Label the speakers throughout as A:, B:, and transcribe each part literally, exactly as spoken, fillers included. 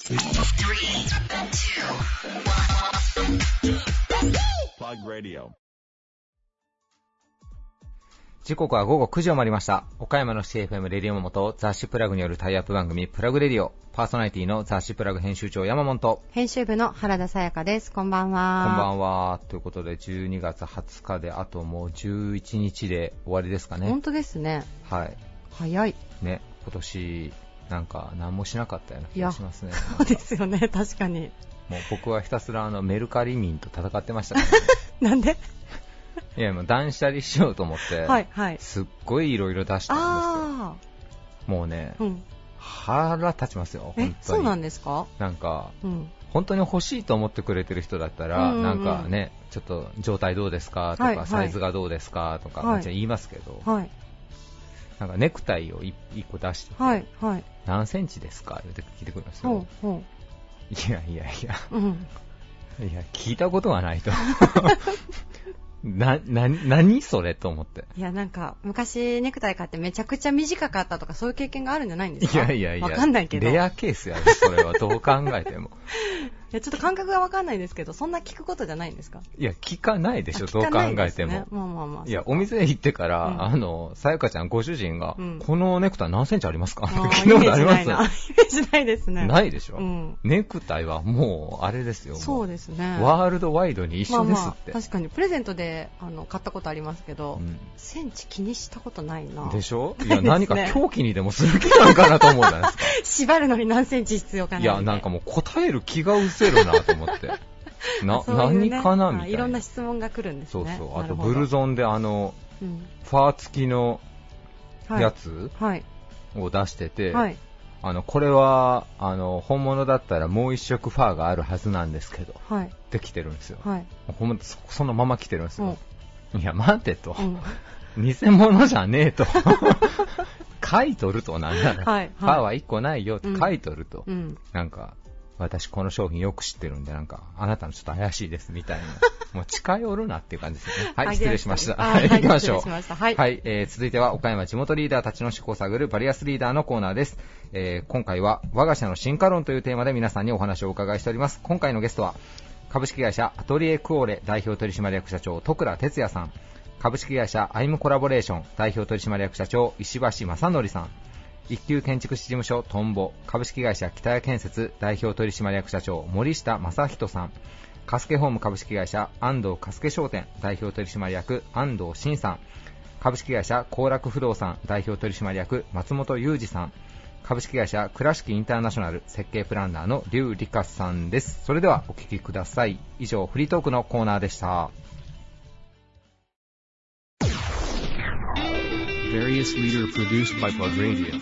A: 時刻は午後くじを回りました。岡山の シーエフエム レディオモモと雑誌プラグによるタイアップ番組プラグレディオ、パーソナリティの雑誌プラグ編集長山本と
B: 編集部の原田さやかです。こんばんは。
A: こんばんは。ということでじゅうにがつはつかであともうじゅういちにちで終わりですかね。
B: 本当ですね。
A: はい。
B: 早い
A: ね。今年なんか何もしなかったような気がしますね。
B: そうですよね。確かに。
A: もう僕はひたすらあのメルカリ民と戦ってましたから、ね、
B: なんで
A: いやもう断捨離しようと思って、
B: はいはい、
A: すっごいいろいろ出したんですよ。もうね、うん、腹立ちますよ。本当に。
B: え、そうなんですか。
A: なんか、うん、本当に欲しいと思ってくれてる人だったら、うんうんうん、なんかね、ちょっと状態どうですかとか、はいはい、サイズがどうですかとか、はい、言いますけど、はい、なんかネクタイをいっこ出してて、はいはい、何センチですかって聞いてくるんですよ。ほうほう、いやいやいや、うん、いや聞いたことがないとな、な、何それと思って。
B: いやなんか昔ネクタイ買ってめちゃくちゃ短かったとかそういう経験があるんじゃないんですか。
A: いやいやいや、
B: わかんないけど
A: レアケースやるそれはどう考えても
B: いやちょっと感覚がわかんないですけど、そんな聞くことじゃないんですか。
A: いや聞かないでしょ、どう考えても。
B: ね、まあまあまあ、
A: いやお店行ってから、うん、あのさやかちゃんご主人が、うん、このネクタイ何センチありますかって聞いたことあります。イメ
B: ージないですね。
A: ないでしょ、うん、ネクタイはもうあれですよ。
B: そうですね。
A: ワールドワイドに一緒ですって、まあま
B: あ、確かにプレゼントであの買ったことありますけど、うん、センチ気にしたことないな。
A: でしょ。いや何か狂気にでもする気なんかなと思うじゃないですか
B: 縛るのに何センチ必要かな。
A: いやなんかもう答える気が失せるなと思ってな、ういうね、何かなみたいな。
B: いろんな質問が来るんですね。
A: そうそう。あとブルゾンであの、うん、ファー付きのやつ、はい、を出してて、はい、あのこれはあの本物だったらもう一色ファーがあるはずなんですけど、はい、って来てるんですよ、はい、ほん そ, そのまま来てるんですよ、うん、いや待てと、うん、偽物じゃねえと買い取ると、なんなら、はいはい、ファーはいっこないよと買い取ると、うん、なんか私この商品よく知ってるんで、なんかあなたのちょっと怪しいですみたいなもう近寄るなっていう感じですよね。はい、失礼しました。はい、行きましょう。はい、はい、えー、続いては岡山地元リーダーたちの思考を探るバリアスリーダーのコーナーです。えー、今回は我が社の進化論というテーマで皆さんにお話をお伺いしております。今回のゲストは株式会社アトリエクオーレ代表取締役社長徳倉哲也さん、株式会社アイムコラボレーション代表取締役社長石橋正則さん、一級建築士事務所トンボ株式会社北谷建設代表取締役社長森下正人さん、カスケホーム株式会社安藤カスケ商店代表取締役安藤真さん、株式会社幸楽不動産代表取締役松本裕二さん、株式会社倉敷インターナショナル設計プランナーの劉理香さんです。それではお聞きください。以上フリートークのコーナーでした。
C: Various leader produced by Plug Radio。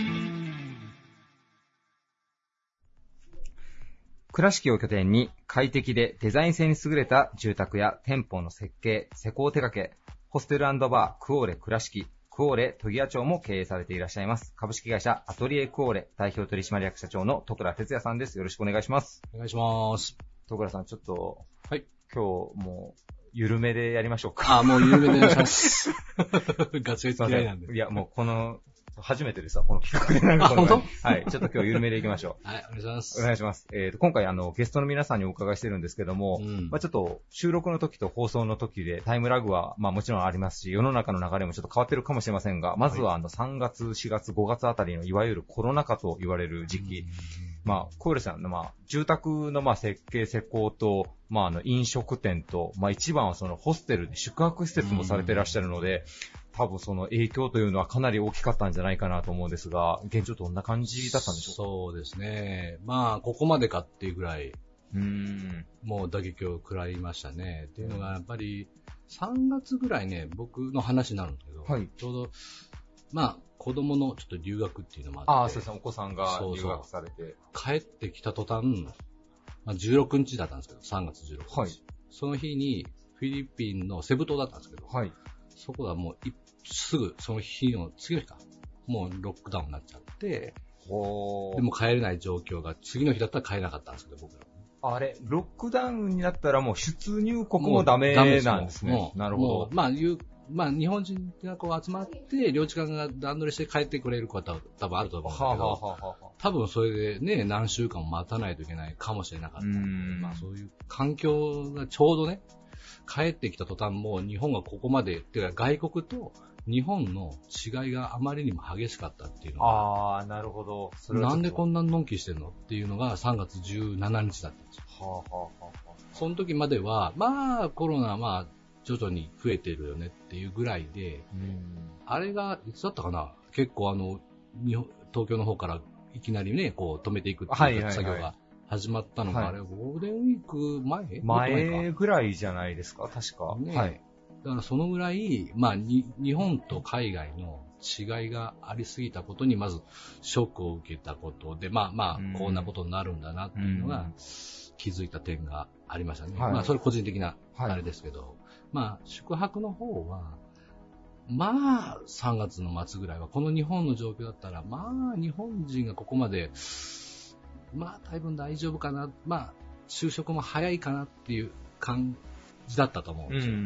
A: 倉敷を拠点に快適でデザイン性に優れた住宅や店舗の設計、施工を手掛け、ホステル&バークオーレ倉敷、クオーレ都議谷町も経営されていらっしゃいます。株式会社アトリエクオーレ代表取締役社長の徳倉哲也さんです。よろしくお願いします。
D: お願いします。
A: 徳倉さん、ちょっと、
D: はい、
A: 今日もう緩めでやりましょうか。
D: あ、もう緩めでお願いします。ガチ嫌いなんで。
A: いや、もうこの、初めてですわ、この企画で。なんかこの、
D: あ、本
A: 当？はい、ちょっと今日緩めでいきましょ
D: う。はい、お願いします。
A: お願いします。えーと、今回あの、ゲストの皆さんにお伺いしてるんですけども、うん、まあちょっと収録の時と放送の時でタイムラグは、まあもちろんありますし、世の中の流れもちょっと変わってるかもしれませんが、まずはあの、さんがつ、しがつ、ごがつあたりのいわゆるコロナ禍と言われる時期、うん、まあ、コーレさんのまあ、住宅のまあ、設計、施工と、まああの、飲食店と、まあ一番はそのホステルで宿泊施設もされていらっしゃるので、うん、多分その影響というのはかなり大きかったんじゃないかなと思うんですが、現状どんな感じだったんでしょうか。
D: そうですね。まあ、ここまでかっていうぐらい、うーんもう打撃を食らいましたね。っていうのが、やっぱり、さんがつぐらいね、僕の話になるんだけど、はい、ちょうど、まあ、子供のちょっと留学っていうのもあって、
A: ああ、そうですね、お子さんが留学されて。そう
D: そう帰ってきた途端、まあ、じゅうろくにちだったんですけど、さんがつじゅうろくにち。はい、その日に、フィリピンのセブ島だったんですけど、はい、そこがもう一すぐその日の次の日かもうロックダウンになっちゃって、ほーでも帰れない状況が次の日だったら帰れなかったんですけど、僕ら
A: あれロックダウンになったらもう出入国もダメなんですね。なるほど。
D: まあいうまあ日本人がこう集まって領事館が段取りして帰ってくれる子は多分あると思うんだけど、はあはあはあはあ、 多分それでね、何週間も待たないといけないかもしれなかった。まあそういう環境がちょうどね、帰ってきた途端も日本がここまで、てか外国と日本の違いがあまりにも激しかったっていうのが。
A: ああ、なるほど。
D: それはなんでこんなのんきしてんのっていうのがさんがつじゅうしちにちだったんですよ。はあはあはあ、その時までは、まあコロナまあ徐々に増えてるよねっていうぐらいで、うん、あれがいつだったかな、結構あの、日本東京の方からいきなりね、こう止めていくっていう作業が始まったのが、はいはいはい、あれゴールデンウィーク前
A: 前ぐらいじゃないですか、確か。
D: ね、はい。だからそのぐらい、まあに、日本と海外の違いがありすぎたことに、まずショックを受けたことで、まあまあ、こんなことになるんだなっていうのが気づいた点がありましたね。はい、まあ、それ個人的なあれですけど、はい、まあ、宿泊の方は、まあ、さんがつの末ぐらいは、この日本の状況だったら、まあ、日本人がここまで、まあ、多分大丈夫かな、まあ、就職も早いかなっていう感じだったと思うんですよ。うん、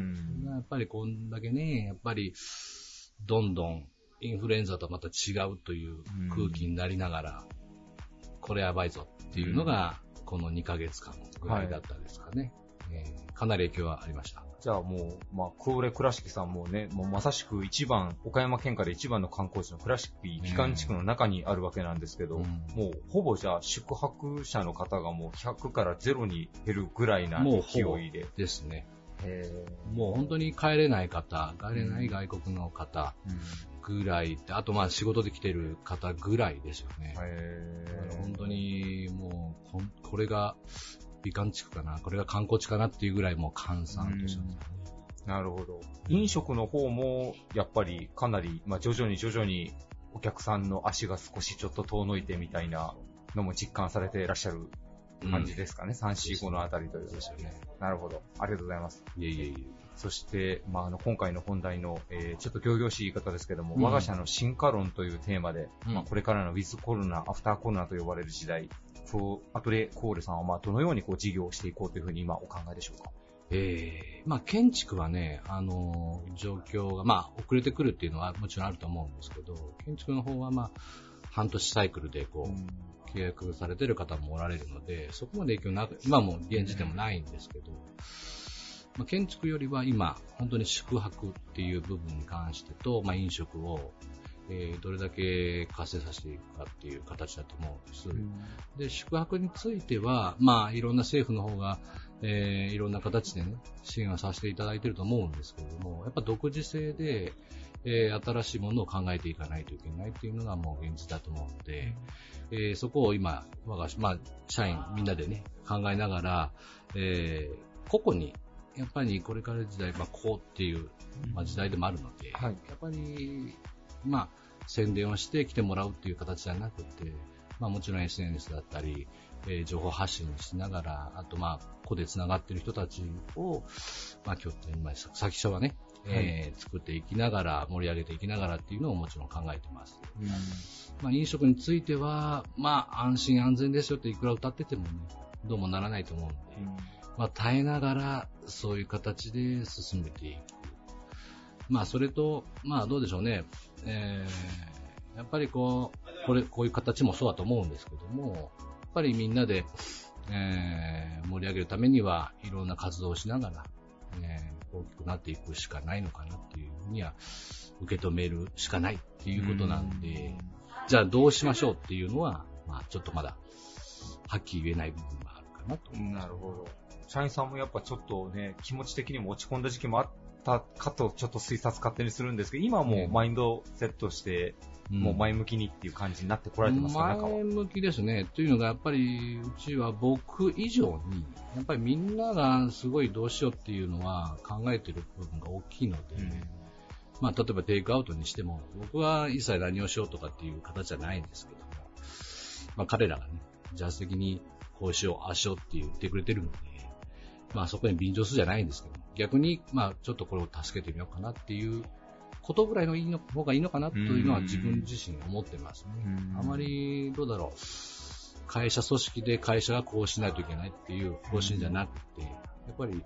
D: やっぱりこんだけね、やっぱり、どんどんインフルエンザとまた違うという空気になりながら、うん、これやばいぞっていうのが、このにかげつかんぐらいだったですかね。はい、えー、かなり影響はありました。
A: じゃあもう、まあ、クオレ倉敷さんもね、もうまさしく一番、岡山県下で一番の観光地の倉敷機関地区の中にあるわけなんですけど、うん、もうほぼじゃあ宿泊者の方がもうひゃくからゼロに減るぐらいな勢いで。
D: ですね。へもう本当に帰れない方、帰れない外国の方ぐらい、うん、あとまあ仕事で来てる方ぐらいですよね。へ本当にもう、これが、美観地区かな、これが観光地かなっていうぐらいもう閑散としてますね。
A: なるほど。飲食の方もやっぱりかなり、まあ、徐々に徐々にお客さんの足が少しちょっと遠のいてみたいなのも実感されていらっしゃる感じですかね。うん、さん、よん、ごのあたりというですよね。なるほど。ありがとうございます。
D: いえいえいえ。
A: そして、まあ、あの今回の本題の、えー、ちょっと仰々しい言い方ですけども、うん、我が社の進化論というテーマで、うん、まあ、これからのウィズコロナ、アフターコロナと呼ばれる時代、アトレコーレさんはまあどのようにこう事業をしていこうというふうに今お考えでしょうか。
D: えー、まあ建築はね、あのー、状況がまあ遅れてくるっていうのはもちろんあると思うんですけど、建築の方はまあ半年サイクルでこう、うん、契約されてる方もおられるので、そこまで影響なく、今も現時点もないんですけど、まあ、建築よりは今本当に宿泊っていう部分に関してと、まあ、飲食をえー、どれだけ活性させていくかっていう形だと思うんです。うん、で、宿泊については、まあ、いろんな政府の方が、えー、いろんな形でね、支援をさせていただいていると思うんですけれども、やっぱ独自性で、えー、新しいものを考えていかないといけないっていうのがもう現実だと思うので、えー、そこを今、我が、まあ、社員みんなでね、考えながら、えー、個々に、やっぱりこれから時代、まあ、こうっていう、まあ、時代でもあるので、はい、やっぱり、まあ、宣伝をして来てもらうっていう形じゃなくて、まあもちろん エスエヌエス だったり、えー、情報発信しながら、あとまあ、個で繋がっている人たちを、まあ拠点、まあ先社はね、はい、えー、作っていきながら、盛り上げていきながらっていうのをもちろん考えてます。うん、まあ飲食については、まあ安心安全ですよっていくら歌っててもね、どうもならないと思うんで、うん、まあ耐えながらそういう形で進めていく。まあそれと、まあどうでしょうね、えー、やっぱりこう、これ、こういう形もそうだと思うんですけども、やっぱりみんなで、えー、盛り上げるためにはいろんな活動をしながら、えー、大きくなっていくしかないのかなっていうふうには受け止めるしかないっていうことなんで、じゃあどうしましょうっていうのは、まあちょっとまだはっきり言えない部分があるかなと思います。
A: なるほど。社員さんもやっぱちょっとね、気持ち的にも落ち込んだ時期もあったかとちょっと推察勝手にするんですけど、今はもうマインドセットして、うん、もう前向きにっていう感じになってこられてますか、
D: うん、前向きですね。というのがやっぱりうちは僕以上にやっぱりみんながすごいどうしようっていうのは考えてる部分が大きいので、うん、まあ例えばテイクアウトにしても僕は一切何をしようとかっていう形じゃないんですけども、まあ彼らがね、邪魔的にこうしよう、ああしようって言ってくれてるので、まあそこに便乗するじゃないんですけど、逆にまあちょっとこれを助けてみようかなっていうことぐらいのいいの方がいいのかなというのは自分自身思ってますね。あまりどうだろう、会社組織で会社がこうしないといけないっていう方針じゃなくて、やっぱり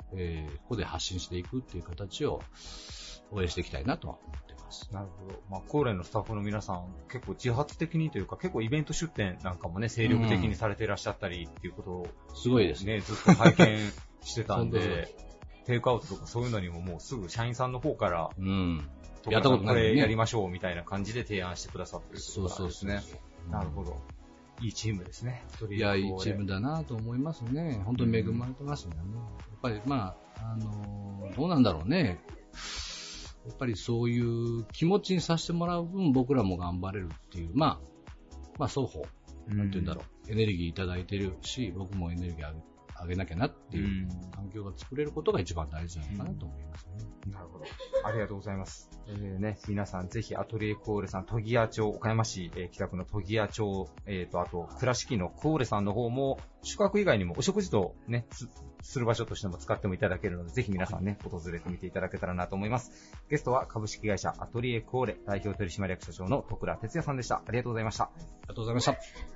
D: えー、ここで発信していくっていう形を応援していきたいなとは思っています。
A: なるほど。まあ、コーレンのスタッフの皆さん、結構自発的にというか、結構イベント出店なんかもね、精力的にされていらっしゃったりっていうことを、
D: うん、すごいですね。
A: ずっと拝見してたんで、テイクアウトとかそういうのにももうすぐ社員さんの方から、
D: うん、
A: やったことない、ね、これやりましょうみたいな感じで提案してくださってるってことなんですね。そうそうそうそう。なるほど。いいチームですね。
D: いや、いいチームだなと思いますね。本当に恵まれてますよね。うん、やっぱり、まあ、あのー、どうなんだろうね。やっぱりそういう気持ちにさせてもらう分、僕らも頑張れるっていう、まあ、まあ、双方、なんて言うんだろう、エネルギーいただいてるし、僕もエネルギーあげあげなきゃなっていう環境が作れることが一番大事なのかなと思いますね。
A: うん、なるほど。ありがとうございます。えー、ね、皆さんぜひアトリエコーレさん、都議屋町、岡山市、えー、北区の都議屋町、えーと、あと、倉敷のコーレさんの方も、宿泊以外にもお食事とね、す、する場所としても使ってもいただけるので、ぜひ皆さんね、訪れてみていただけたらなと思います。ゲストは株式会社アトリエコーレ代表取締役社長の徳倉哲也さんでした。ありがとうございました。あ
D: りがとうございました。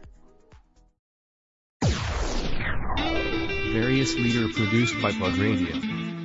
C: Various Leader produced by Plug Radio。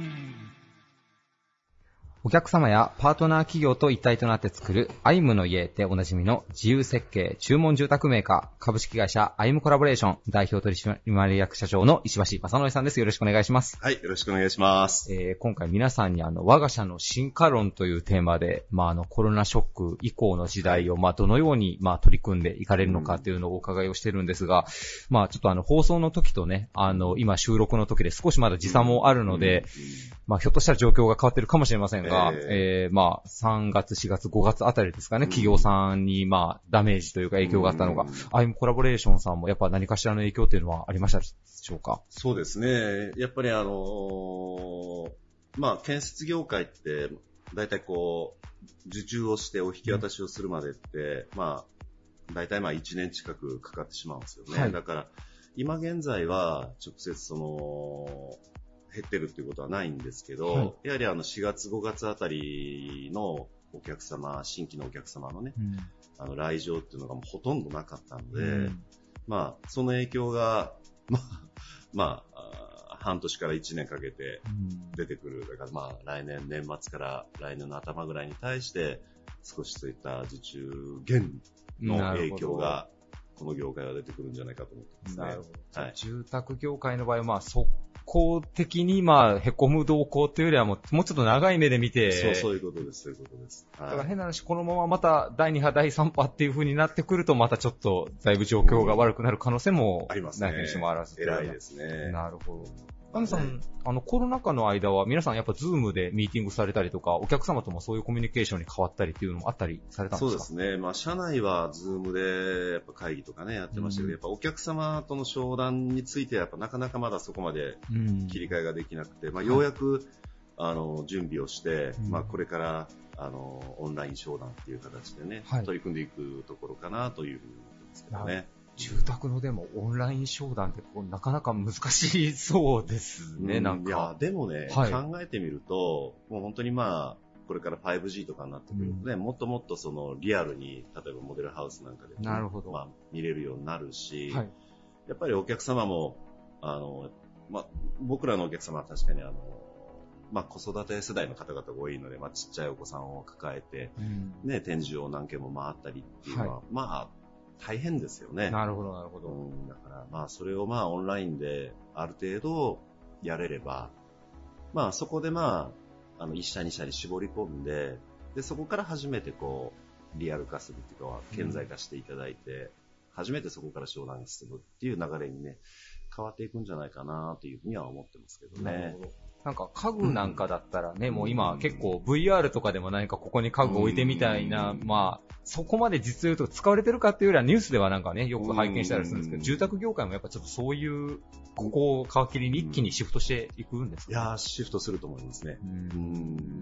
A: お客様やパートナー企業と一体となって作るアイムの家でおなじみの自由設計注文住宅メーカー株式会社アイムコラボレーション代表取締役社長の石橋正則さんです。よろしくお願いします。
E: はい、よろしくお願いします。
A: えー、今回皆さんにあの我が社の進化論というテーマで、まあ、あのコロナショック以降の時代をまあどのようにまあ取り組んでいかれるのかというのをお伺いをしてるんですが、まあちょっとあの放送の時とね、あの今収録の時で少しまだ時差もあるので、まあひょっとしたら状況が変わってるかもしれませんが、えーえー、まあさんがつ、しがつ、ごがつあたりですかね、企業さんにまあダメージというか影響があったのが、アイムコラボレーションさんもやっぱ何かしらの影響っていうのはありましたでしょうか？
E: そうですね。やっぱりあのー、まあ建設業界って大体こう受注をしてお引き渡しをするまでって、うん、まあ大体まあいちねん近くかかってしまうんですよね。はい、だから今現在は直接その減ってるっていうことはないんですけど、はい、やはりあのしがつごがつあたりのお客様、新規のお客様のね、うん、あの来場っていうのがもうほとんどなかったので、うん、まあその影響がまあまあ半年からいちねんかけて出てくる、だからまあ来年年末から来年の頭ぐらいに対して少しそういった受注減の影響がこの業界は出てくるんじゃないかと思ってますね。なるほ
A: ど。はい、住宅業界の場合はまあ速攻的にまあ凹む動向というよりはもうもうちょっと長い目で見て、
E: そうそういうことです、そういうことです。
A: はい、だから変な話、このまままただいに波だいさん波っていう風になってくるとまたちょっとだいぶ状況が悪くなる可能性も
E: ありますね。
A: ないにしてもあらず。
E: 偉いですね。
A: なるほど。アミさん、あのコロナ禍の間は皆さんやっぱズームでミーティングされたりとか、お客様ともそういうコミュニケーションに変わったりっていうのもあったりされたんですか？
E: そうですね。まあ社内はズームでやっぱ会議とかねやってましたけど、うん、やっぱお客様との商談についてはやっぱなかなかまだそこまで切り替えができなくて、うん、まあようやく、はい、あの準備をして、うん、まあこれからあのオンライン商談っていう形でね、はい、取り組んでいくところかなというふうに思ってますけどね。
A: 住宅のでもオンライン商談ってこうなかなか難しそうですね、うん、なんか。
E: いや、でもね、はい、考えてみると、もう本当にまあ、これから ファイブジー とかになってくるとね、うん、もっともっとそのリアルに、例えばモデルハウスなんかで、ね、
A: なるほど、
E: まあ、見れるようになるし、
A: はい、
E: やっぱりお客様も、あの、まあ、僕らのお客様は確かにあの、まあ、子育て世代の方々が多いので、まあ、ちっちゃいお子さんを抱えて、うん、ね、展示を何件も回ったりっていうのは、はい、まあ、大変ですよね。
A: なるほど、なるほど。
E: うん、だから、まあ、それをまあ、オンラインである程度やれれば、まあ、そこでまあ、あの、いっ社に社に絞り込んで、で、そこから初めてこう、リアル化するっていうか、顕在化していただいて、うん、初めてそこから商談が進むっていう流れにね、変わっていくんじゃないかなというふうには思ってますけどね。なるほど。
A: なんか家具なんかだったらね、うん、もう今結構 ブイアール とかでも何かここに家具置いてみたいな、うん、まあそこまで実用と使われてるかっていうよりはニュースではなんかねよく拝見したりするんですけど、うん、住宅業界もやっぱちょっとそういうここを皮切りに一気にシフトしていくんですか、ね、
E: いやーシフトすると思いますね。うん、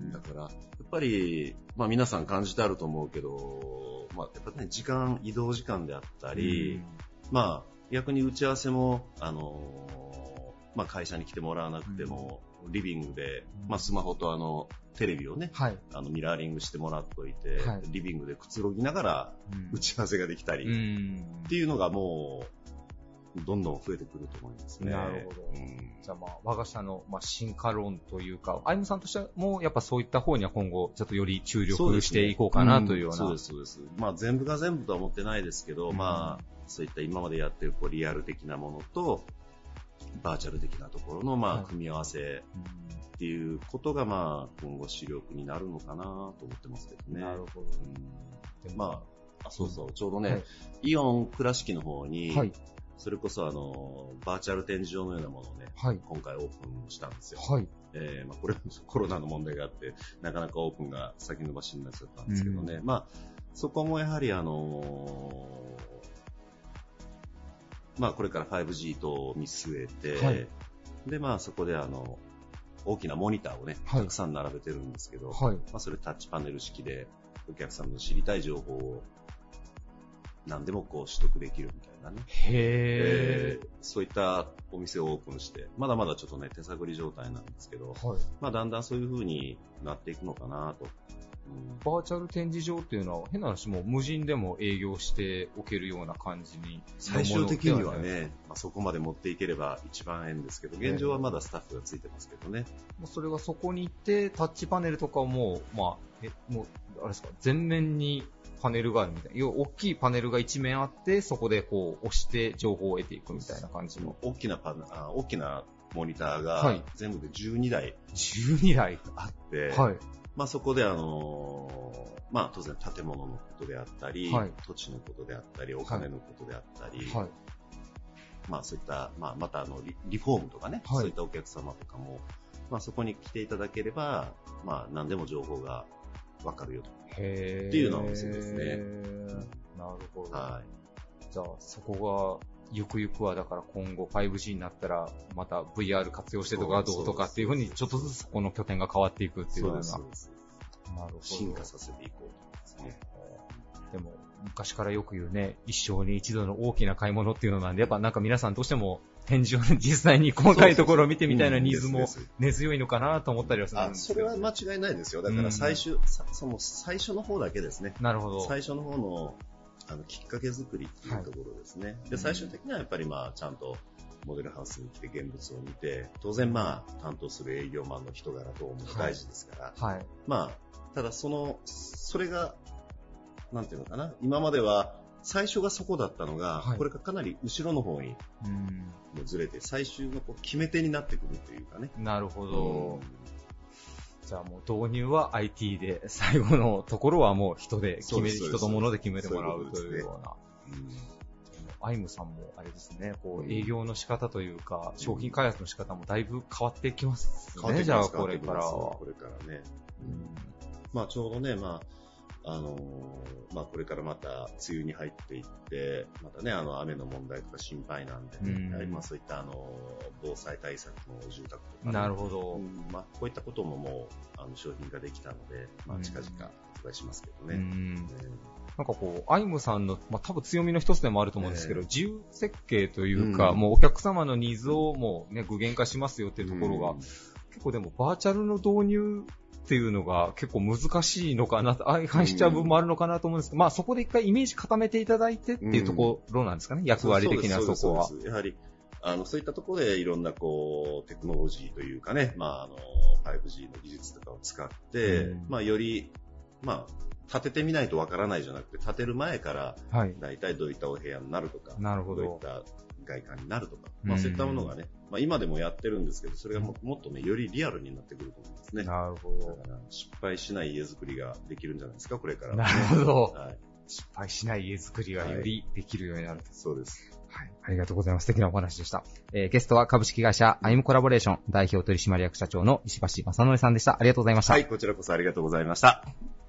E: だからやっぱりまあ皆さん感じてあると思うけど、まあやっぱね時間移動時間であったり、うん、まあ逆に打ち合わせもあのー、まあ会社に来てもらわなくても、うんリビングで、まあ、スマホとあのテレビをね、はい、あのミラーリングしてもらっといて、はい、リビングでくつろぎながら打ち合わせができたり、うん、っていうのがもうどんどん増えてくると思いますね。
A: なるほど。うん、じゃあまあ、我が社の、まあ、進化論というか、アイムさんとしても、やっぱそういった方には今後、ちょっとより注力していこうかなというような。
E: そうです、そうです。まあ、全部が全部とは思ってないですけど、うん、まあ、そういった今までやってるこうリアル的なものと、バーチャル的なところの、まあ、組み合わせっていうことが、まあ、今後主力になるのかなと思ってますけどね。
A: なるほど。
E: うん、まあ、あ、そうそう、ちょうどね、はい、イオン倉敷の方に、はい、それこそあの、バーチャル展示場のようなものをね、はい、今回オープンしたんですよ。はい。えー、まあ、これもコロナの問題があって、なかなかオープンが先延ばしになっちゃったんですけどね。うん、まあ、そこもやはりあのー、まあ、これから ファイブジー と見据えて、はい、で、まあ、そこであの、大きなモニターをね、たくさん並べてるんですけど、はい、まあ、それタッチパネル式で、お客さんの知りたい情報を何でもこう取得できるみたいなね。へー、えー、そういったお店をオープンして、まだまだちょっとね、手探り状態なんですけど、はい、まあ、だんだんそういう風になっていくのかなと。
A: うん、バーチャル展示場っていうのは変な話も無人でも営業しておけるような感じに
E: 最終的にはね、まあ、そこまで持っていければ一番ええんですけど、現状はまだスタッフがついてますけどね。
A: もうそれがそこに行ってタッチパネルとかも、まあ、えもうあれですか、全面にパネルがあるみたいな、要は大きいパネルが一面あってそこでこう押して情報を得ていくみたいな感じの。
E: 大きなパネあ大きなモニターが全部でじゅうにだい、はい、
A: じゅうにだい
E: あって、はい、まあ、そこであのー、まあ、当然建物のことであったり、はい、土地のことであったり、お金のことであったり、はい、まあ、そういった、まあ、またあの リ, リフォームとかね、はい、そういったお客様とかも、まあ、そこに来ていただければ、まあ、何でも情報がわかるよと。へー。っていうのはお店ですね。
A: なるほど。はい。じゃあ、そこが、ゆくゆくはだから今後 ファイブジー になったらまた ブイアール 活用してとかどうとかっていう風にちょっとずつそこの拠点が変わっていくっていうような。そうです。
E: なるほど。進化させていこうと思いますね。
A: でも昔からよく言うね、一生に一度の大きな買い物っていうのなんで、やっぱなんか皆さんどうしても展示を実際に細かいところを見てみたいなニーズも根強いのかなと思ったりはするんですけど。
E: あ、それは間違いないですよ。だから最初、うん、その最初の方だけですね。
A: なるほど。
E: 最初の方のあのきっかけ作りっていうところですね。はい、で、最終的にはやっぱりまあ、ちゃんとモデルハウスに来て現物を見て、当然まあ、担当する営業マンの人柄等も大事ですから、はいはい、まあ、ただその、それが、なんていうのかな、今までは最初がそこだったのが、はい、これがかなり後ろの方にもずれて、最終のこう決め手になってくるというかね。
A: なるほど。うん、じゃあもう導入は アイティー で、最後のところはもう人で決める、人と物で決めてもらうというような。アイムさんもあれですね、こう営業の仕方というか、うん、商品開発の仕方もだいぶ変わってきますね。変わってきます。じゃあこれからは。
E: これからね。うん、まあちょうどね、まああのー、まあこれからまた梅雨に入っていって、またね、あの雨の問題とか心配なんで、ね、うん、やはりまあそういったあの防災対策の住宅とか、ね、
A: なるほど。
E: うん、まあこういったことももうあの商品化できたので、まあ近々発売しますけどね。うん、
A: ね、なんかこうアイムさんの、まあ、多分強みの一つでもあると思うんですけど、えー、自由設計というか、うん、もうお客様のニーズをもうね具現化しますよっていうところが、うん、結構でもバーチャルの導入っていうのが結構難しいのかな、相反しちゃう部分もあるのかなと思うんですけど、うん、まあそこで一回イメージ固めていただいてっていうところなんですかね、うん、役割的なそこは。
E: そうです。やはりあのそういったところでいろんなこうテクノロジーというかね、まああの ファイブジー の技術とかを使って、うん、まあよりまあ建ててみないとわからないじゃなくて、建てる前から大体どういったお部屋になるとか、
A: なるほど、
E: どういった外観になるとか、まあそういったものがね、まあ今でもやってるんですけど、それがもっとね、よりリアルになってくると思いますね。
A: なるほど。だから
E: 失敗しない家づくりができるんじゃないですか、これから、
A: ね。なるほど。はい、失敗しない家づくりがよりできるようになる、はい。
E: そうです。
A: はい。ありがとうございます。素敵なお話でした。えー、ゲストは株式会社アイムコラボレーション代表取締役社長の石橋正則さんでした。ありがとうございました。
E: はい、こちらこそありがとうございました。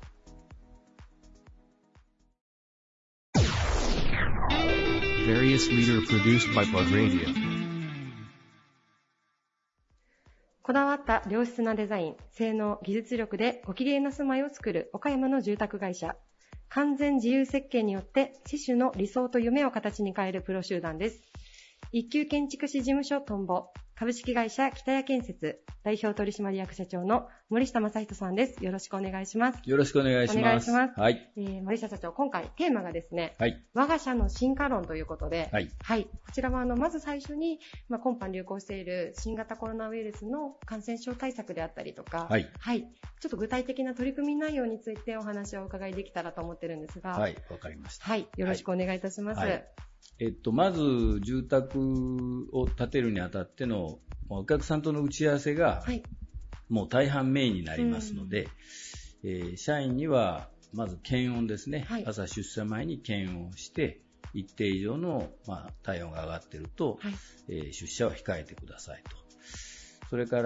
C: various leader produced by Plug Radio。
B: こだわった良質なデザイン、性能、技術力でご機嫌な住まいを作る岡山の住宅会社。完全自由設計によって死守の理想と夢を形に変えるプロ集団です。一級建築士事務所トンボ。 株式会社北谷建設代表取締役社長の森下正人さんです。よろしくお願いします。
F: よろしくお願いします。
B: お願いします。
F: はい。
B: えー、森下社長、今回テーマがですね、
F: はい、
B: 我が社の進化論ということで、
F: はい。
B: はい。こちらは、あの、まず最初に、まあ、今般流行している新型コロナウイルスの感染症対策であったりとか、
F: はい。
B: はい。ちょっと具体的な取り組み内容についてお話をお伺いできたらと思ってるんですが、
F: はい。わかりました。
B: はい。よろしくお願いいたします。はい。はい、
F: えっと、まず、住宅を建てるにあたっての、お客さんとの打ち合わせが、はい、もう大半メインになりますので、えー、社員には、まず検温ですね。はい、朝出社前に検温して、一定以上の、まあ、体温が上がっていると、はい、えー、出社は控えてくださいと。それから、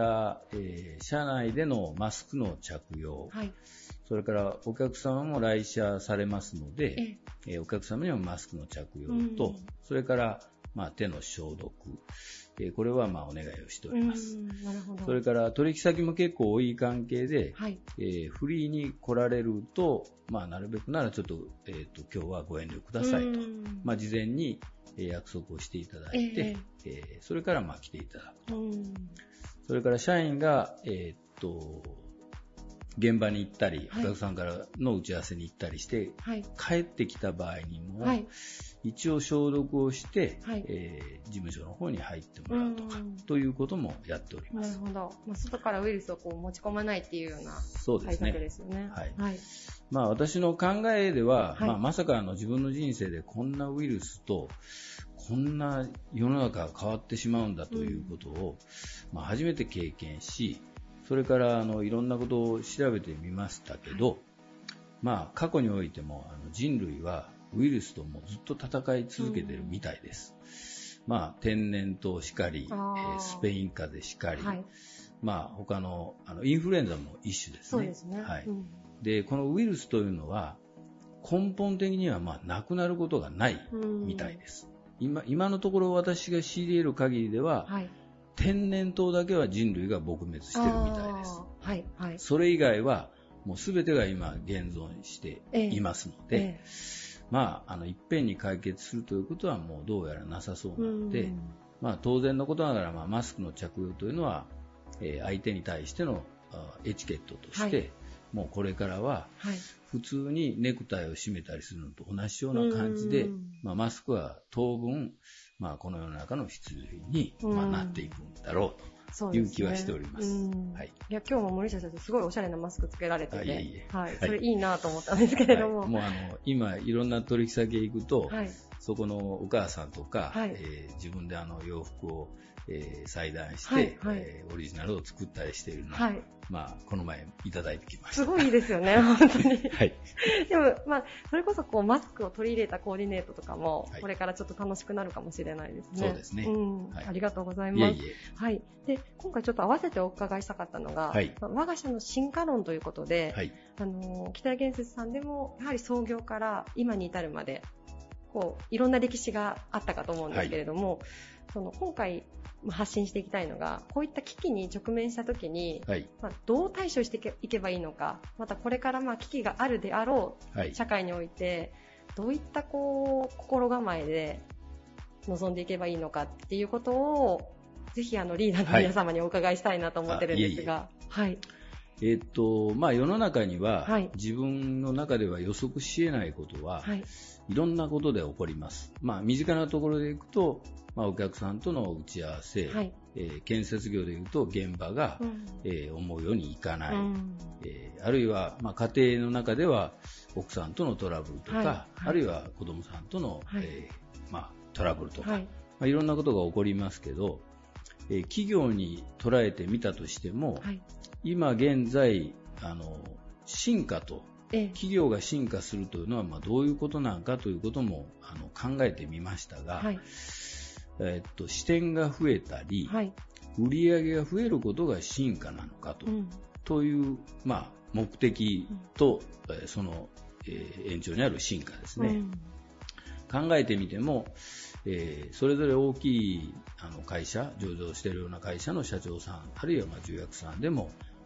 F: えー、社内でのマスクの着用、はい、それからお客様も来社されますので、えー、お客様にもマスクの着用と、うん、それから、まあ、手の消毒、えー、これはまあお願いをしております。
B: なるほど。
F: それから取引先も結構多い関係で、はい、えー、フリーに来られると、まあ、なるべくならちょっと、えーと、今日はご遠慮くださいと、まあ、事前に約束をしていただいて、えーえー、それからまあ来ていただくと。それから社員が、えーと現場に行ったり、はい、お客さんからの打ち合わせに行ったりして、はい、帰ってきた場合にも、はい、一応消毒をして、はい、えー、事務所の方に入ってもらうとか、ということもやっております。
B: なるほど。まあ、外からウイルスをこう持ち込まないっていうような対策ですよね。
F: はい。はい、まあ、私の考えでは、はい、まあ、まさかあの自分の人生でこんなウイルスと、こんな世の中が変わってしまうんだということを、うん、まあ、初めて経験し、それからあのいろんなことを調べてみましたけど、はい、まあ過去においてもあの人類はウイルスともずっと戦い続けているみたいです。うん、まあ天然痘しかり、えー、スペイン風邪しかり、はい、まあ他のあのインフルエンザも一種ですね。
B: そうですね。
F: はい。うん、でこのウイルスというのは根本的にはまあなくなることがないみたいです。うん、今今のところ私が知り得る限りでは。はい、天然痘だけは人類が撲滅しているみたいです。はいはい、それ以外はもう全てが今現存していますので、えーえー、まあ、あのいっぺんに解決するということはもうどうやらなさそうなので、まあ、当然のことながら、まあ、マスクの着用というのは、えー、相手に対してのエチケットとして、はい、もうこれからは普通にネクタイを締めたりするのと同じような感じで、まあ、マスクは当分まあ、この世の中の必需品に、まあ、なっていくんだろうという気はしております。
B: うん、はい、いや今日も森下先生すごいおしゃれなマスクつけられてて、
F: いえいえ、
B: はい、それいいなと思ったんですけれども、
F: はい、もうあの今いろんな取引先へ行くと、はい、そこのお母さんとか、はい、えー、自分であの洋服を、えー、裁断して、はいはい、えー、オリジナルを作ったりしているので、はい、まあ、この前いただいてきました。
B: すごいいいですよね、本当に。はい。でも、まあ、それこそこうマスクを取り入れたコーディネートとかも、はい、これからちょっと楽しくなるかもしれないですね。
F: そうですね。
B: うん。はい、ありがとうございます。いえいえ。はい。で、今回ちょっと合わせてお伺いしたかったのが、はい、まあ、我が社の進化論ということで、はい、あの、北谷建設さんでも、やはり創業から今に至るまで、こう、いろんな歴史があったかと思うんですけれども、はい、その今回発信していきたいのが、こういった危機に直面したときに、はい、まあ、どう対処していけばいいのか、またこれからまあ危機があるであろう社会において、どういったこう心構えで臨んでいけばいいのかっていうことを、ぜひあのリーダーの皆様にお伺いしたいなと思ってるんですが、はい。
F: えーっとまあ、世の中には、はい、自分の中では予測し得ないことは、はい、いろんなことで起こります。まあ、身近なところでいくと、まあ、お客さんとの打ち合わせ、はい、えー、建設業でいうと現場が、うん、えー、思うようにいかない、うん、えー、あるいは、まあ、家庭の中では奥さんとのトラブルとか、はいはい、あるいは子供さんとの、はい、えーまあ、トラブルとか、はい、まあ、いろんなことが起こりますけど、えー、企業に捉えてみたとしても、はい、今現在あの進化と、ええ、企業が進化するというのは、まあ、どういうことなのかということもあの考えてみましたが、はい、えっと、視点が増えたり、はい、売り上げが増えることが進化なのかと、うん、という、まあ、目的と、うん、その、えー、延長にある進化ですね、うん、考えてみても、えー、それぞれ大きいあの会社、上場しているような会社の社長さん、あるいはまあ重役さんでも、